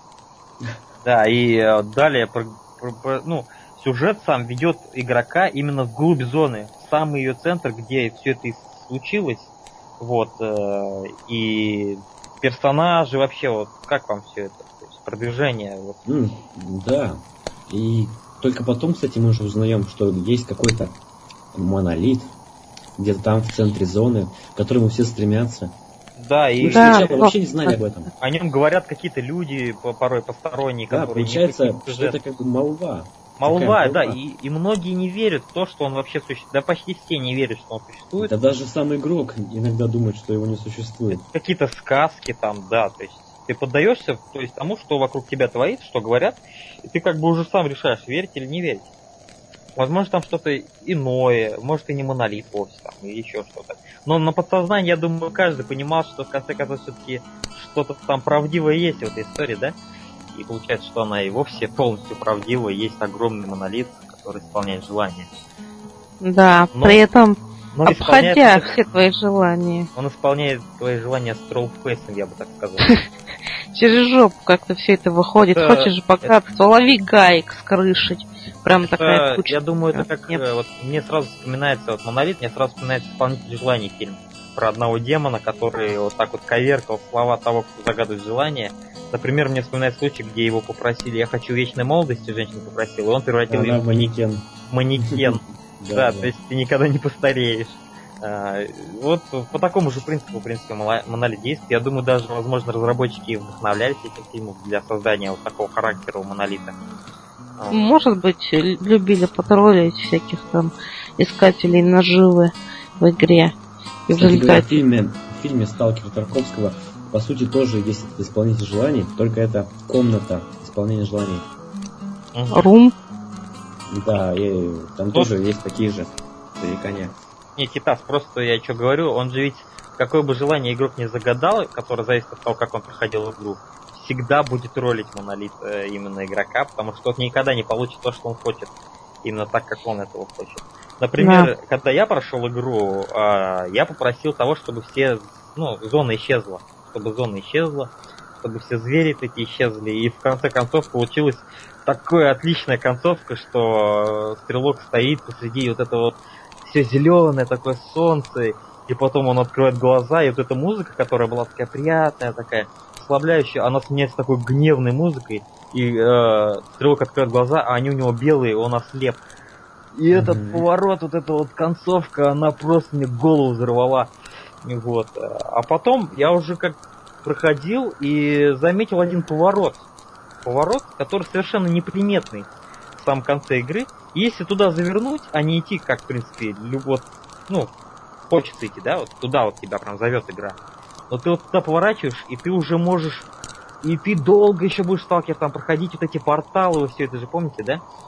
Да, и э, далее, про, про, про, ну, сюжет сам ведет игрока именно вглубь зоны, в самый ее центр, где все это и случилось, вот, э, и персонажи вообще, вот, как вам все это, то есть продвижение, вот. Mm, да, и только потом, кстати, мы уже узнаем, что есть какой-то монолит, где-то там в центре зоны, к которому все стремятся. Да, и мы да, сначала вообще не знали об этом. О нем говорят какие-то люди, порой посторонние, да, которые... получается, что это как бы молва. Молва, да, и, и многие не верят в то, что он вообще существует. Да почти все не верят, что он существует. Да даже сам игрок иногда думает, что его не существует. Это какие-то сказки там, да, то есть ты поддаешься, то есть тому, что вокруг тебя творится, что говорят, и ты как бы уже сам решаешь, верить или не верить. Возможно, там что-то иное, может и не монолит вовсе, там, или еще что-то. Но на подсознании, я думаю, каждый понимал, что в конце концов все-таки что-то там правдивое есть в этой истории, да? И получается, что она и вовсе полностью правдивая, есть огромный монолит, который исполняет желания. Да, но, при этом но обходя это, все твои желания. Он исполняет твои желания с троллфейсом, я бы так сказал. Через жопу как-то все это выходит. Это, Хочешь же покататься, это... лови гаек с крышей. Прям это, такая куча. Я думаю, это как вот, мне сразу вспоминается вот монолит, мне сразу вспоминается «Исполнитель желаний» фильм про одного демона, который вот так вот коверкал слова того, кто загадывает желание. Например, мне вспоминается случай, где его попросили, я хочу вечной молодости, женщина попросила, и он превратил ее в манекен. Манекен. Да, то есть ты никогда не постареешь. Вот по такому же принципу, в принципе, монолит действует. Я думаю, даже, возможно, разработчики вдохновлялись этим фильмом для создания вот такого характера у монолита. Может быть, любили потроллить всяких там искателей наживы в игре. И в результате... в фильме, в фильме «Сталкер» Тарковского по сути тоже есть этот исполнитель желаний, только это комната исполнения желаний. Рум? Да, и там тоже есть такие же старикане. Не, Китас, просто я что говорю, он же ведь, какое бы желание игрок не загадал, которое зависит от того, как он проходил игру, всегда будет ролить монолит э, именно игрока, потому что он никогда не получит то, что он хочет, именно так, как он этого хочет. Например, да. Когда я прошел игру, э, я попросил того, чтобы все, ну, зона исчезла, чтобы зона исчезла, чтобы все звери такие исчезли, и в конце концов получилась такая отличная концовка, что стрелок стоит посреди вот этого вот все зеленое, такое солнце, и потом он открывает глаза, и вот эта музыка, которая была такая приятная, такая расслабляющая, она сменяется такой гневной музыкой, и э, стрелок открывает глаза, а они у него белые, он ослеп. И mm-hmm. этот поворот, вот эта вот концовка, она просто мне голову взорвала. Вот. А потом я уже как проходил и заметил один поворот. Поворот, который совершенно неприметный в самом конце игры. И если туда завернуть, а не идти, как, в принципе, вот, ну, хочется идти, да, вот туда вот тебя прям зовет игра. Но ты вот туда поворачиваешь, и ты уже можешь, и ты долго еще будешь сталкер там проходить, вот эти порталы, вы все это же помните, да?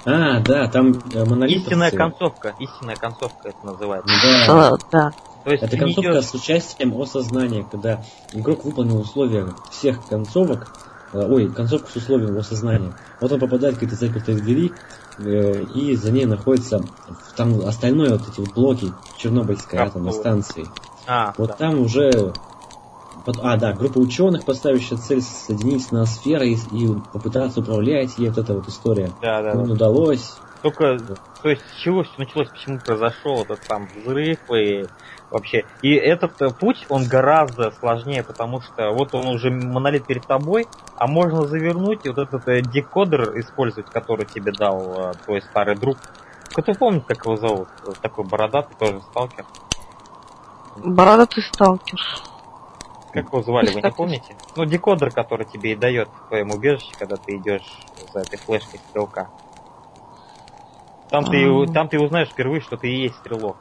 А, да, там э, монолитовцы. Истинная концовка, истинная концовка это называется. Да. А, да. То есть Это ты концовка идешь- с участием осознания, когда игрок выполнил условия всех концовок, э, ой, концовку с условием осознания. Вот он попадает к этой запертой двери, э, и за ней находится там остальное, вот эти вот блоки Чернобыльской атомной станции. А, Вот да. там уже... вот- А, да, группа ученых, поставившая цель соединить с ноосферой и, и попытаться управлять ей, вот эта вот история. Да, да, Им да. удалось. Только, то есть, с чего все началось, почему произошел этот там взрыв и вообще. И этот э, путь, он гораздо сложнее, потому что вот он уже монолит перед тобой, а можно завернуть и вот этот э, декодер использовать, который тебе дал э, твой старый друг. Кто помнит, как его зовут? Вот такой бородатый, тоже сталкер. Бородатый сталкер. Как его звали, вы не Кстати. помните? Ну, декодер, который тебе и дает в твоем убежище, когда ты идешь за этой флешкой стрелка. Там ты, А. там ты узнаешь впервые, что ты и есть стрелок.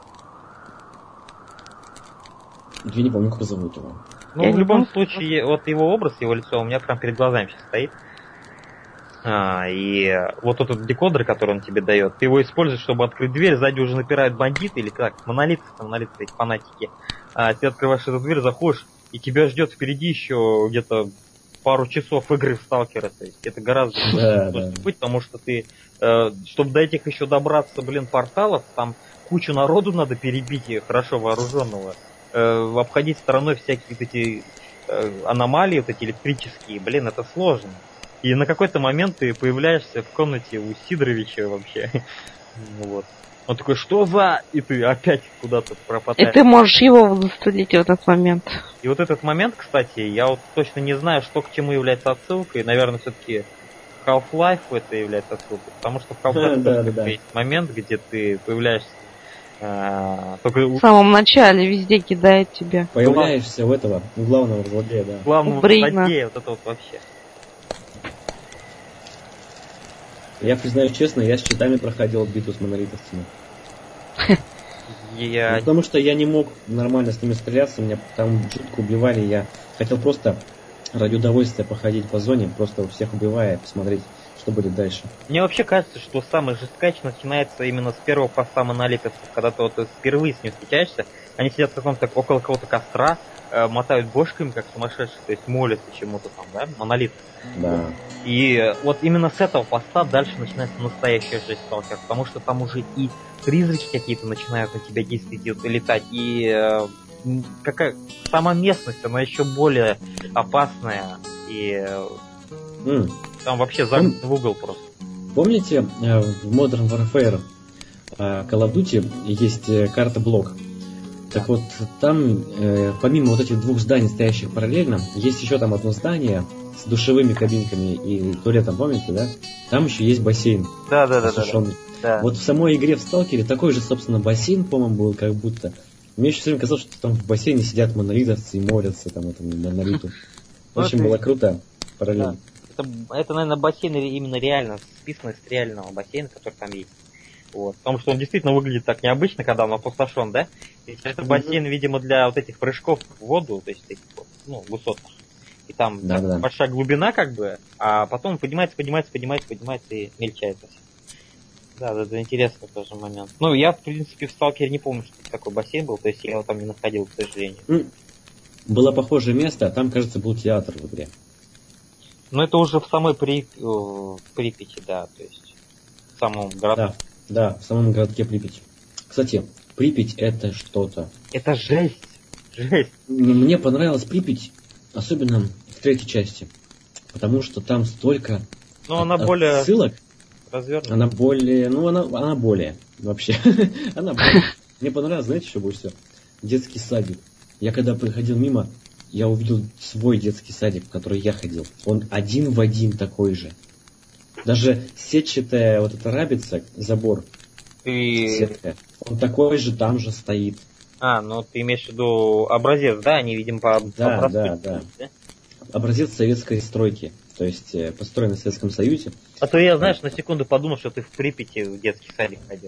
Я не помню, как зовут его. Ну, Я в не любом помню. случае, вот его образ, его лицо у меня прям перед глазами сейчас стоит. А, и вот этот декодер, который он тебе дает, ты его используешь, чтобы открыть дверь, сзади уже напирают бандиты, или как, монолиты, монолиты, эти фанатики. А, ты открываешь эту дверь, заходишь, и тебя ждет впереди еще где-то пару часов игры в сталкера. То есть это гораздо Да, сложнее да. быть, потому что ты, э, чтобы до этих еще добраться, блин, порталов, там кучу народу надо перебить, и хорошо вооруженного, э, обходить стороной всякие вот эти э, аномалии, вот эти электрические, блин, это сложно. И на какой-то момент ты появляешься в комнате у Сидоровича вообще. Вот. Он такой, что за? И ты опять куда-то И пропадаешь. ты можешь его застрелить в этот момент. И вот этот момент, кстати, я вот точно не знаю, что к чему является отсылкой. Наверное, все-таки Half-Life это является отсылкой. Потому что в Half-Life Да, тоже да, да. есть момент, где ты появляешься э, только у В самом начале везде кидает тебя. Появляешься у этого, у главного злодея, да. главного Брейна. злодея, вот это вот вообще. Я признаюсь честно, я с читами проходил битву с монолитовцами. Я... Ну, потому что я не мог нормально с ними стреляться, меня там жутко убивали, я хотел просто ради удовольствия походить по зоне, просто у всех убивая, посмотреть, что будет дальше. Мне вообще кажется, что самый жесткач начинается именно с первого поста монолитовцев, когда ты вот впервые с ним встречаешься, они сидят в каком-то около какого-то костра, э, мотают бошками, как сумасшедшие, то есть молятся чему-то там, да, монолит. Да. И э, вот именно с этого поста дальше начинается настоящая жесть сталкер, потому что там уже и призраки какие-то начинают на тебя действовать, летать, и э, м, какая сама местность, она еще более опасная, и э, М. там вообще загнут в угол просто. Помните, э, в Modern Warfare э, Call of Duty есть э, карта блок? Так вот, там, э, помимо вот этих двух зданий, стоящих параллельно, есть еще там одно здание с душевыми кабинками и туалетом, помните, да? Там еще есть бассейн. Да, да, да, да, да. осушенный. Да. Вот в самой игре в Сталкере такой же, собственно, бассейн, по-моему, был, как будто. Мне еще все время казалось, что там в бассейне сидят монолитовцы и молятся там этому монолиту. Очень было круто, параллельно. Это, это, наверное, бассейн именно реально списанный с реального бассейна, который там есть. Вот. Потому что он действительно выглядит так необычно, когда он опустошен, да? Ведь это бассейн, видимо, для вот этих прыжков в воду, то есть этих вот, ну, высотных. И там Да, так, да. большая глубина, как бы, а потом поднимается, поднимается, поднимается, поднимается и мельчается все. Да, да, это интересный тоже момент. Ну, я, в принципе, в Сталкере не помню, что такой бассейн был, то есть я его там не находил, к сожалению. Ну, было похожее место, а там, кажется, был театр в игре. Но это уже в самой При... в Припяти, да, то есть в самом городке. Да, да, в самом городке Припять. Кстати, Припять это что-то. Это жесть, жесть. М- Мне понравилась Припять, особенно в третьей части, потому что там столько Но она от- более отсылок. развернута. Она более, ну она, она более, вообще. Она более. Мне понравилось, знаете, что больше всего? Детский садик. Я когда проходил мимо, я увидел свой детский садик, в который я ходил. Он один в один такой же. Даже сетчатая вот эта рабица, забор, Ты... сетка, он такой же там же стоит. А, ну ты имеешь в виду образец, да? Они, видимо, по Да, образцу да, да. Образец советской стройки, то есть э, построенный в Советском Союзе. А то я, знаешь, на секунду подумал, что ты в Припяти в детский садик ходил.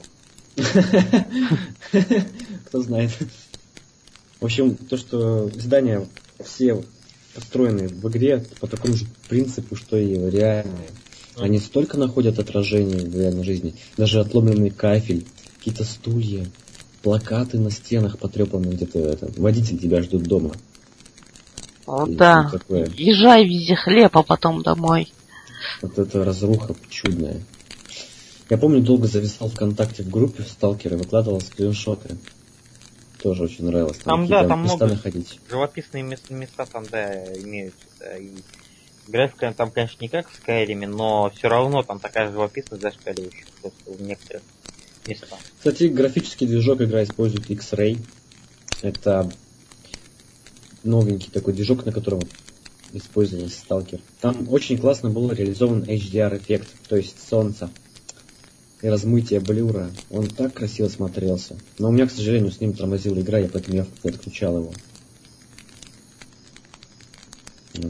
Кто знает. В общем, то, что здания все построены в игре по такому же принципу, что и реальные. Они столько находят отражений в реальной жизни. Даже отломленный кафель, какие-то стулья, плакаты на стенах потрепанные где-то. Это, водитель тебя ждут дома. О, да. Такое. Езжай, вези хлеб, а потом домой. Вот это разруха чудная. Я помню, долго зависал ВКонтакте в группе в Сталкера, выкладывал скриншоты. Тоже очень нравилось. Там, да, там места много находить. живописные места, места там, да, имеются. Да, и графика там, конечно, не как в Скайриме, но все равно там такая живописность зашкаливающая просто в некоторых местах. Кстати, графический движок игра использует X-Ray. Это новенький такой движок, на котором использовался Сталкер. Там очень классно был реализован эйч ди ар-эффект, то есть солнце и размытие блюра. Он так красиво смотрелся. Но у меня, к сожалению, с ним тормозила игра, я поэтому я отключал его. Вот.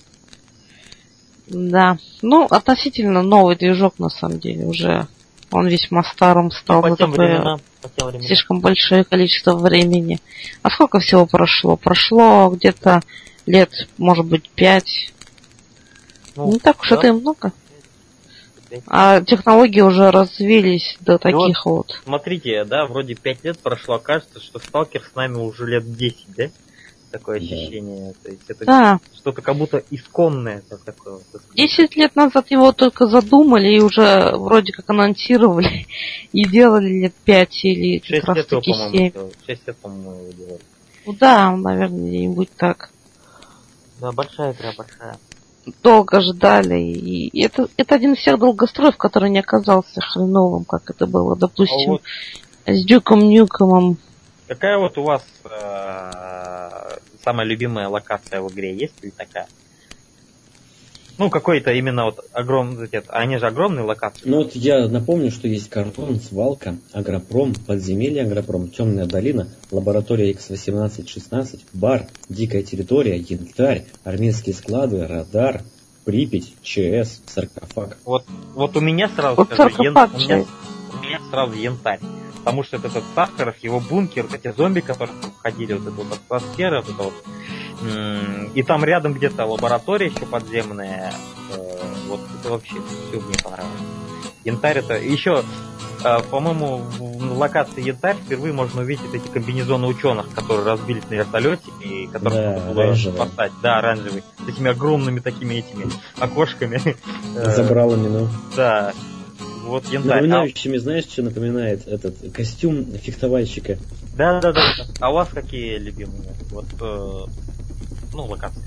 Да. Ну, относительно новый движок, на самом деле, уже он весьма старым стал. По за тем такое временам, по тем временам. слишком большое количество времени. А сколько всего прошло? Прошло где-то лет, может быть, пять. Ну, Не так уж да. это и много. А технологии уже развились до таких вот, вот. Смотрите, да, вроде пять лет прошло, кажется, что Сталкер с нами уже лет десять, да? Такое Да. ощущение. То есть это Да. что-то как будто исконное. Так, такое, так сказать. Десять лет назад его только задумали и уже вроде как анонсировали и делали лет пять или как Шесть раз лет его, таки по-моему, семь. делали. Шесть лет, по-моему, его делали. Ну да, наверное, где-нибудь так. Да, большая игра, большая. Долго ждали. И это, это один из всех долгостроев, который не оказался хреновым, как это было, допустим, А вот с Дюком Нюкомом. какая вот у вас э, самая любимая локация в игре? Есть ли такая? Ну, какой-то именно вот огромный... Они же огромные локации. Ну вот я напомню, что есть Картон, Свалка, Агропром, Подземелье Агропром, Темная долина, Лаборатория икс восемнадцать шестнадцать, Бар, Дикая территория, Янтарь, Армейские склады, Радар, Припять, ЧС, Саркофаг. Вот, вот у меня сразу Вот скажу, ян- саркофаг у, меня, часть. у меня сразу Янтарь. Потому что это этот Сахаров, его бункер, вот эти зомби, которые там ходили, вот эта вот атмосфера, вот это вот. М- И там рядом где-то лаборатория еще подземная. Э, Вот это вообще все мне понравилось. Янтарь это... Еще, э, по-моему, в локации Янтарь впервые можно увидеть эти комбинезоны ученых, которые разбились на вертолете и которые Да, нужно было оранжевые. спасать. Да, оранжевый. С этими огромными такими этими окошками. Э, Забралами, ну. Да. Вот Янтарь. А- Напоминающими, знаешь, что напоминает этот костюм фехтовальщика? Да, да, да, да. А у вас какие любимые? Вот, э, ну, локации.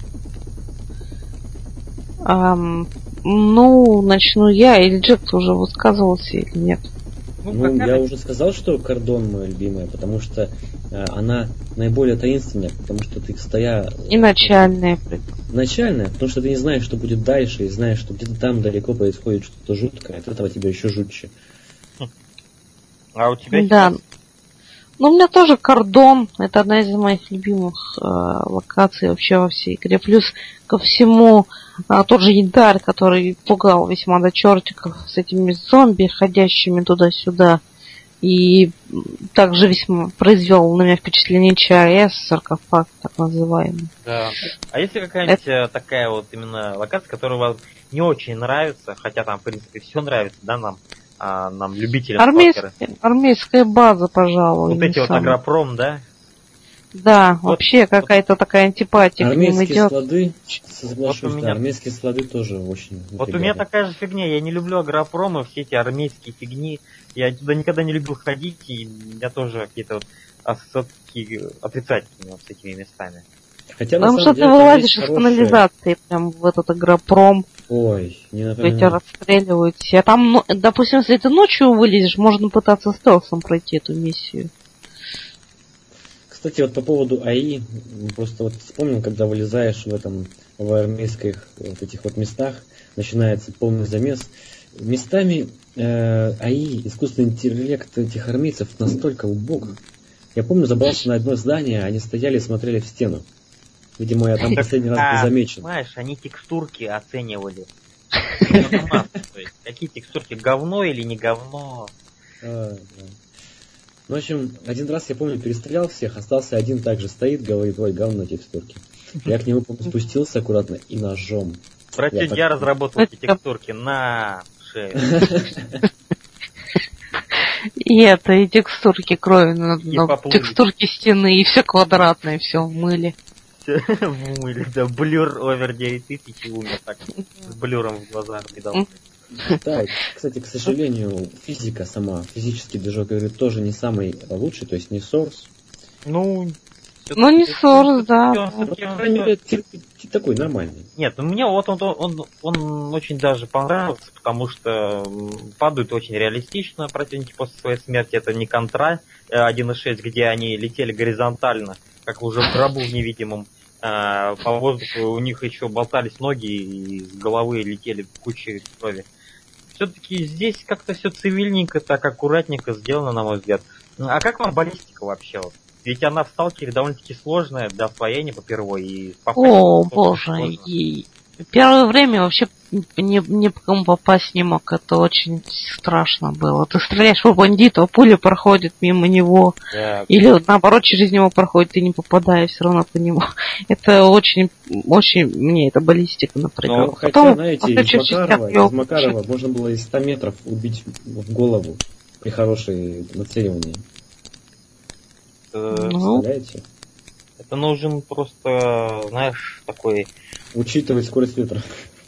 Ам, ну, начну я, или Джек уже высказывался, или нет? Ну, какая- я уже сказал, что Кордон моя любимая, потому что э, она наиболее таинственная, потому что ты стоя... И начальные. Начальная, потому что ты не знаешь, что будет дальше, и знаешь, что где-то там далеко происходит что-то жуткое, от этого тебе еще жутче. А у тебя... Да. Ну, у меня тоже Кордон. Это одна из моих любимых э, локаций вообще во всей игре. Плюс ко всему э, тот же Янтарь, который пугал весьма до чертиков с этими зомби, ходящими туда-сюда. И м, также весьма произвел на меня впечатление ЧАЭС, саркофаг, так называемый. Да. А если какая-нибудь э, такая вот именно локация, которая вам не очень нравится, хотя там, в принципе, все нравится, да, нам, а, нам, любителям Армейская, сталкера. армейская база, пожалуй. Вот не эти вот самая. Агропром, да? Да, Вот- вообще какая-то такая антипатия к ним Армейские идет. склады, соглашусь, Вот у да, меня- армейские склады тоже очень Вот у напрягали. меня такая же фигня, я не люблю агропромы, все эти армейские фигни. Я туда никогда не любил ходить, и у меня тоже какие-то вот ассоциации отрицательные вот с этими местами. Хотя, на Потому самом что ты деле, там вылазишь есть из хорошие- канализации прям в этот агропром, Ой, не вы напоминай. тебя расстреливают. А там, ну, допустим, если ты ночью вылезешь, можно пытаться стелсом пройти эту миссию. Кстати, вот по поводу АИ, просто вот вспомнил, когда вылезаешь в этом, в армейских вот этих вот местах, начинается полный замес. Местами э, АИ, искусственный интеллект этих армейцев настолько убог. Я помню, забрался на одно здание, они стояли и смотрели в стену. Видимо, я там последний раз А, был замечен. Понимаешь, они текстурки оценивали. То есть, какие текстурки, говно или не говно? А, да. Ну, в общем, один раз, я помню, перестрелял всех, остался один также стоит, говорит, ой, говно текстурки. Я к нему спустился аккуратно и ножом. Братик, я разработал эти текстурки на шею. И это, и текстурки крови, текстурки стены, и все квадратное, все в мыле. В мыле, да, блюр овер девять тысяч и умер так, с блюром в глазах кидал. Да, кстати, к сожалению, физика сама, физический движок игры тоже не самый лучший, то есть не Source. Ну, ну не Source, да. Такой нормальный. Нет, ну мне вот он, он, он очень даже понравился, потому что падают очень реалистично противники после своей смерти. Это не Контра один и шесть, где они летели горизонтально, как уже в гробу невидимом. По воздуху у них еще болтались ноги и с головы летели кучи крови. Все-таки здесь как-то все цивильненько, так аккуратненько сделано, на мой взгляд. А как вам баллистика вообще? Вот? Ведь она в сталкере довольно-таки сложная для освоения по первой. И О, боже. И первое время вообще не, ни по кому попасть не мог. Это очень страшно было. Ты стреляешь в бандита, а пуля проходит мимо него. Да. Или наоборот через него проходит, ты не попадаешь все равно по нему. Это очень, очень мне эта баллистика напрягала. Но, хотя, Потом, знаете, из Макарова, из Макарова можно было из ста метров убить в голову при хорошей нацеливании. Ну, представляете? Это нужен просто, знаешь, такой... Учитывать скорость ветра.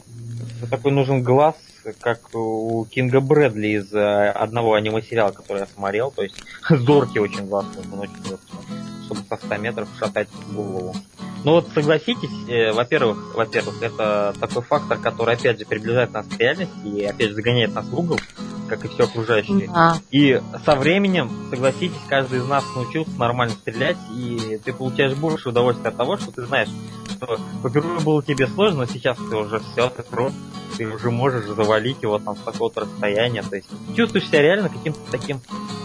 Такой нужен глаз, как у Кинга Брэдли из одного аниме-сериала, который я смотрел. То есть зоркий очень глаз, он очень зоркий, чтобы со ста метров шатать голову. Ну вот согласитесь, э, во-первых, во-первых, это такой фактор, который опять же приближает нас к реальности и опять же загоняет нас в угол, как и все окружающее. Да. И со временем, согласитесь, каждый из нас научился нормально стрелять, и ты получаешь больше удовольствия от того, что ты знаешь, что по-первых было тебе сложно, но сейчас ты уже все, ты просто, ты уже можешь завалить его там с такого-то расстояния. То есть чувствуешь себя реально каким-то таким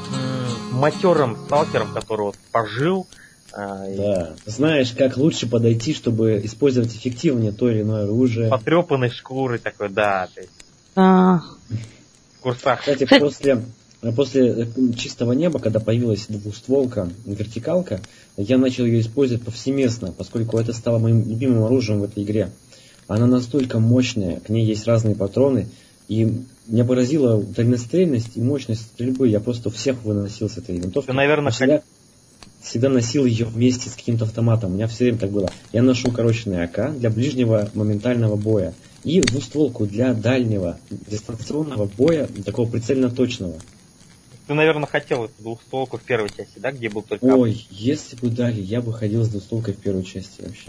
м- матерым сталкером, который вот пожил. Да. Знаешь, как лучше подойти, чтобы использовать эффективнее то или иное оружие. Потрепанной шкурой такой, да. То есть... А... В курсах. Кстати, после, после чистого неба, когда появилась двустволка, вертикалка, я начал ее использовать повсеместно, поскольку это стало моим любимым оружием в этой игре. Она настолько мощная, к ней есть разные патроны, и меня поразила дальнострельность и мощность стрельбы. Я просто всех выносил с этой винтовки. Ты, наверное, всегда, всегда носил ее вместе с каким-то автоматом. У меня все время так было. Я ношу укороченный АК для ближнего моментального боя и двустволку для дальнего дистанционного боя, такого прицельно-точного. Ты, наверное, хотел эту двустволку в первой части, да, где был только... Ой, если бы дали, я бы ходил с двустволкой в первой части вообще.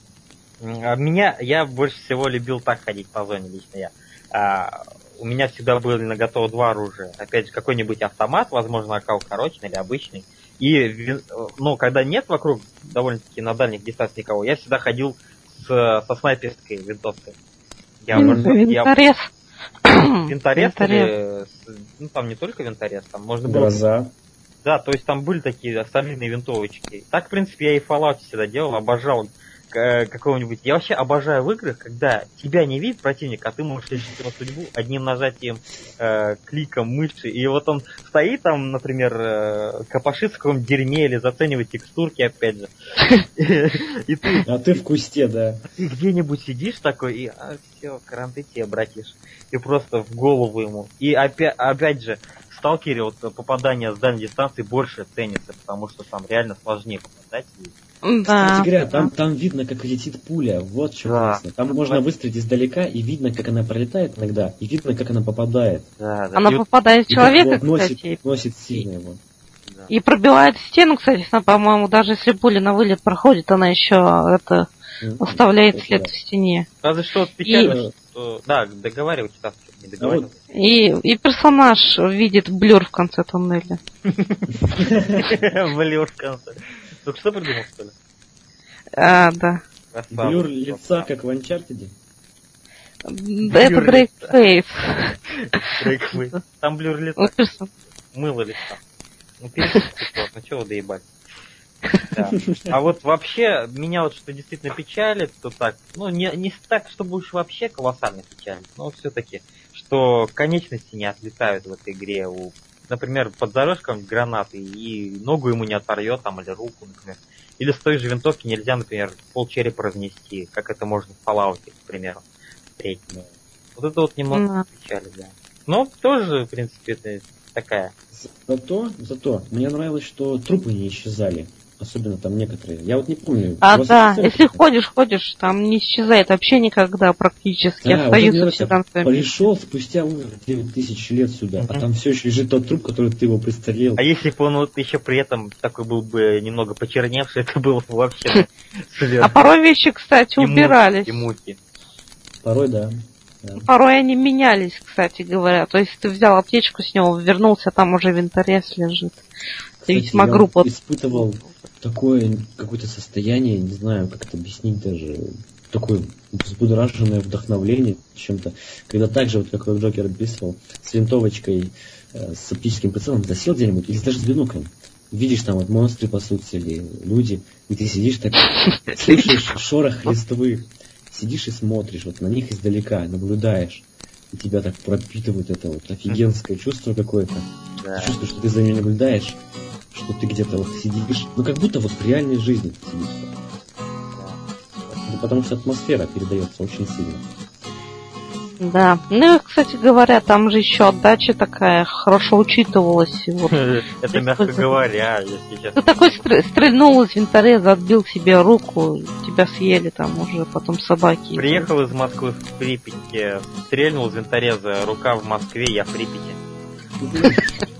А меня, я больше всего любил так ходить по зоне, лично я. А, у меня всегда были наготово два оружия. Опять же, какой-нибудь автомат, возможно, АК укороченный или обычный. И, ну, когда нет вокруг довольно-таки на дальних дистанциях никого, я всегда ходил с, со снайперской винтовкой. Я, винторез. Я... Винторез или... Ну, там не только винторез, там можно было... Гроза. Да, то есть там были такие солидные винтовочки. Так, в принципе, я и в Fallout всегда делал, обожал какого-нибудь... Я вообще обожаю в играх, когда тебя не видит противник, а ты можешь решить его судьбу одним нажатием, э, кликом мыши. И вот он стоит там, например, э, копошится в каком-нибудь дерьме или заценивает текстурки, опять же. А ты в кусте, да. Ты где-нибудь сидишь такой, и все, кранты тебе, братиш. И просто в голову ему. И опять же, в сталкере вот попадание с дальней дистанции больше ценится, потому что там реально сложнее попадать. Да. Кстати говоря, там, там видно, как летит пуля. Вот что да. классно. Там можно выстрелить издалека, и видно, как она пролетает иногда, и видно, как она попадает. Да, да. Она и попадает в человека, вот, носит, кстати. Носит сильно его. Да. И пробивает стену, кстати, по-моему, даже если пуля на вылет проходит, она еще это mm-hmm. оставляет след да. в стене. Разве что печально, и... что... Да, договаривайте, так, не договаривайте. И, и персонаж видит блюр в конце туннеля. Блюр в конце. Только что придумал, что ли? А, да. Блюр лица, как в Uncharted? Это Дрейкфейс. Дрейкфейс. Там блюр лица. Мыло лица. Ну, пересадка, ну чего вы доебать? Да. А вот вообще, меня вот что действительно печалит, то так, ну, не, не так, чтобы уж вообще колоссально печалит, но все-таки, что конечности не отлетают в этой игре у... Например, под зарежком гранаты, и ногу ему не оторвет, там, или руку, например. Или с той же винтовки нельзя, например, полчерепа разнести, как это можно в Fallout, к примеру. третьей. Вот это вот немного печали, да. Но тоже, в принципе, это такая. Зато, зато, мне нравилось, что трупы не исчезали. Особенно там некоторые. Я вот не помню. А, да, если ходишь, ходишь, там не исчезает вообще никогда практически. Да, остаются вот все там. Пришел спустя умер девять тысяч лет сюда, mm-hmm. а там все еще лежит тот труп, который ты его представил. А если бы он вот еще при этом такой был бы немного почерневший, это было бы вообще сверх. А порой вещи, кстати, убирались. И муки. Порой, да. Порой они менялись, кстати говоря. То есть ты взял аптечку с него, вернулся, там уже винторез лежит. Кстати, весьма я группа. испытывал такое какое-то состояние, не знаю, как это объяснить даже, такое взбудораженное вдохновление чем-то, когда так же, вот как Джокер описывал, с винтовочкой, э, с оптическим прицелом засел где-нибудь, или даже с биноклем. Видишь, там вот монстры пасутся, или люди, и ты сидишь так, слышишь шорох листвы, сидишь и смотришь вот на них издалека, наблюдаешь, и тебя так пропитывает это вот офигенское чувство какое-то. Да. Ты чувствуешь, что ты за ними наблюдаешь, что ты где-то вот сидишь, ну как будто вот в реальной жизни сидишь. Да. Потому что атмосфера передается очень сильно. Да. Ну и, кстати говоря, там же еще отдача такая хорошо учитывалась. Вот. Это мягко говоря, если сейчас. Ты такой стрельнул из винтореза, отбил себе руку, тебя съели там уже потом собаки. Приехал из Москвы в Припяти, стрельнул из винтореза, рука в Москве, я в Припяти.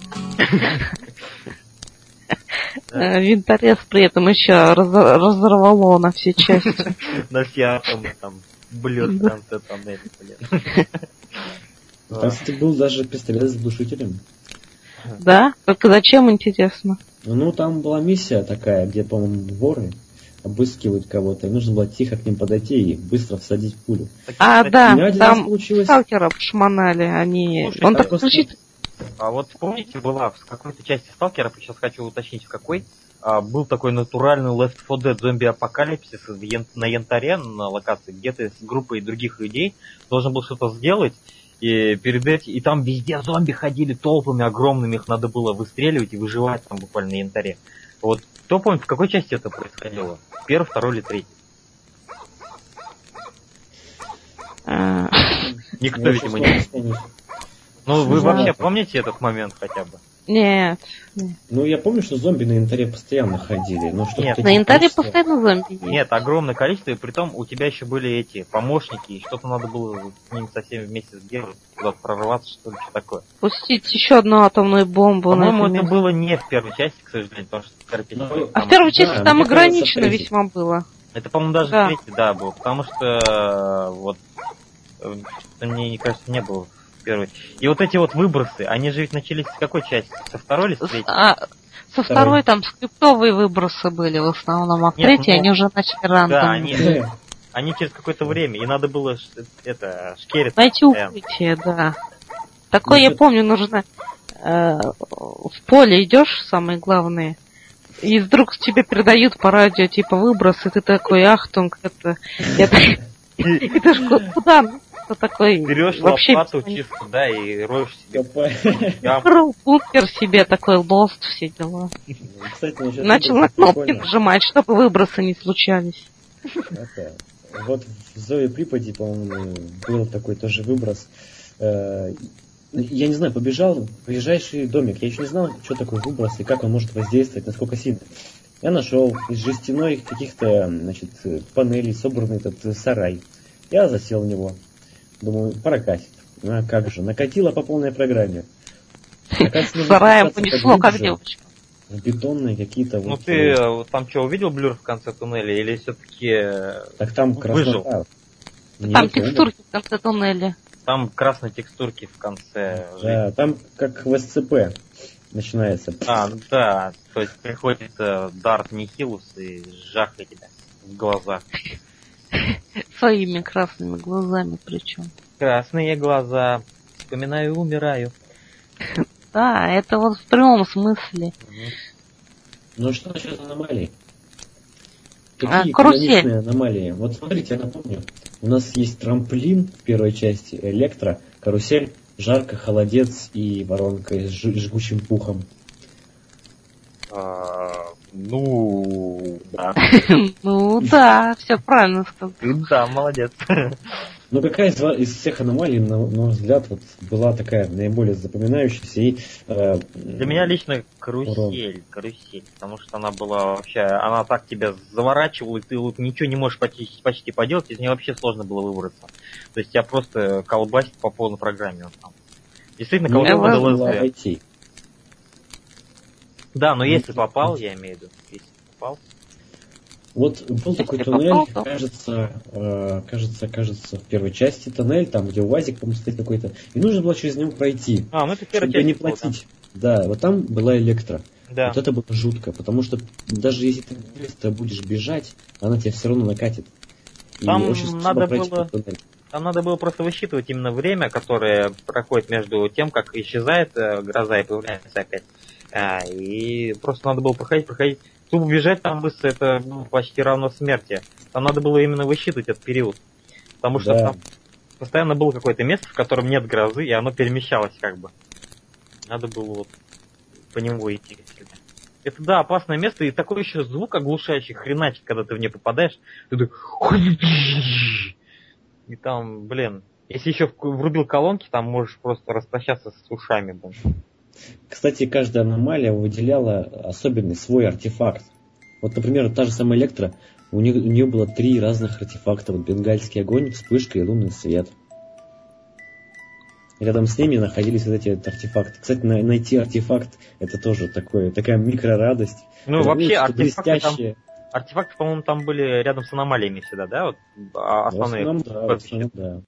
Винторез при этом еще разорвало на все части. На все атомы там. Блёд в конце тоннеля, блин. Там, кстати, был даже пистолет с глушителем. Да? Только зачем, интересно? Ну, там была миссия такая, где, по-моему, воры обыскивают кого-то, и нужно было тихо к ним подойти и быстро всадить пулю. А, так, да, там сталкера шмонали, они... Слушай, Он а так просто... звучит... А вот помните, была в какой-то части сталкеров, сейчас хочу уточнить, в какой, а, был такой натуральный Left four Dead зомби-апокалипсис на Янтаре, на локации, где ты с группой других людей должен был что-то сделать, и перед этим, и там везде зомби ходили толпами огромными, их надо было выстреливать и выживать там буквально на Янтаре. Вот кто помнит, в какой части это происходило? Первый, второй или третий? Никто, видимо, не помнит. Ну, вы вообще помните этот момент хотя бы? Нет. Ну, я помню, что зомби на янтаре постоянно ходили. Но что Нет, на янтаре постоянно зомби есть. Нет, огромное количество, и притом у тебя еще были эти помощники, и что-то надо было с ними со всеми вместе сделать, куда-то прорваться, что ли, что такое. Пустить еще одну атомную бомбу. По-моему, это было не в первой части, к сожалению, потому что в первой части... Ну, а в первой части да, там ограничено весьма было. Это, по-моему, даже да. в третьей, да, было, потому что вот мне кажется, не было. Первый. И вот эти вот выбросы, они же ведь начались с какой части? Со второй или с третьей? А, со второй, второй там скриптовые выбросы были в основном, а в Нет, третьей ну, они уже начали рандомные. Да, они, они через какое-то время, и надо было это шкерить. Найти укрытие, да. Такое ну, я помню, нужно э, в поле идешь, самое главное, и вдруг тебе передают по радио типа выбросы, ты такой, ахтунг, это... И ты ж куда? Кто такой? Берешь вообще лопату чисто, да, и роешь себе. Бункер себе такой, лост, все дела. Кстати, начал на кнопки прикольно. Нажимать, чтобы выбросы не случались. Okay. Вот в Зое Припяти, по-моему, был такой тоже выброс. Я не знаю, побежал в ближайший домик. Я еще не знал, что такое выброс и как он может воздействовать, насколько сильно. Я нашел из жестяной каких-то, значит, панелей собранный этот сарай. Я засел в него. Думаю, прокатит. А как же, накатило по полной программе. Сараем понесло, как девочка. Бетонные какие-то... Ну вот, ты там что, увидел блюр в конце туннеля или все-таки так там краснота. Там Нет, текстурки в конце туннеля. Там красные текстурки в конце. Да, там как в эс цэ пэ начинается. А, ну да, то есть приходит э, Дарт Нихилус и жахает тебя в глазах. Своими красными глазами причем. Красные глаза. Вспоминаю, умираю. Да, это вот в прямом смысле. Ну что насчет аномалий? Какие а, карусель. аномалии? Вот смотрите, я напомню. У нас есть трамплин в первой части, электро, карусель, жарко, холодец и воронка с жгучим пухом. А, ну, да. Ну да, все правильно сказал. Да, молодец. Но какая из, из всех аномалий, на, на мой взгляд, вот, была такая наиболее запоминающаяся и... Э, Для меня лично карусель, карусель, потому что она была вообще, она так тебя заворачивала, и ты вот ничего не можешь почти, почти поделать, из нее вообще сложно было выбраться. То есть тебя просто колбасит по полной программе. Вот там. Действительно, колбасит до ЛСД. Да, но если попал, я имею в виду, если попал. Вот был Если такой туннель, попал, то... кажется, э, кажется, кажется, в первой части туннель, там, где УАЗик, по-моему, стоит какой-то, и нужно было через него пройти, а, ну это первая чтобы часть не была, платить. Да. да, вот там была электро. Да. Вот это было жутко, потому что даже если ты быстро будешь бежать, она тебя все равно накатит. И там очень надо пройти было... Там надо было просто высчитывать именно время, которое проходит между тем, как исчезает э, гроза и появляется опять. А, и просто надо было проходить, проходить. Тупо бежать там быстро, это ну, почти равно смерти. Там надо было именно высчитывать этот период. Потому что да. там постоянно было какое-то место, в котором нет грозы, и оно перемещалось как бы. Надо было вот по нему идти. Это, да, опасное место, и такой еще звук оглушающий, хреначит, когда ты в нее попадаешь. Ты такой... И там, блин, если еще врубил колонки, там можешь просто распрощаться с ушами, блин. Кстати, каждая аномалия выделяла особенный свой артефакт. Вот, например, та же самая электро, у нее, у нее было три разных артефакта. Вот бенгальский огонь, вспышка и лунный свет. Рядом с ними находились вот эти вот артефакты. Кстати, на, найти артефакт, это тоже такое, такая микрорадость. Ну, это вообще артефакты там, блестящие... артефакты, по-моему, там были рядом с аномалиями всегда, да? Вот основные. В основном, да, в основном, да.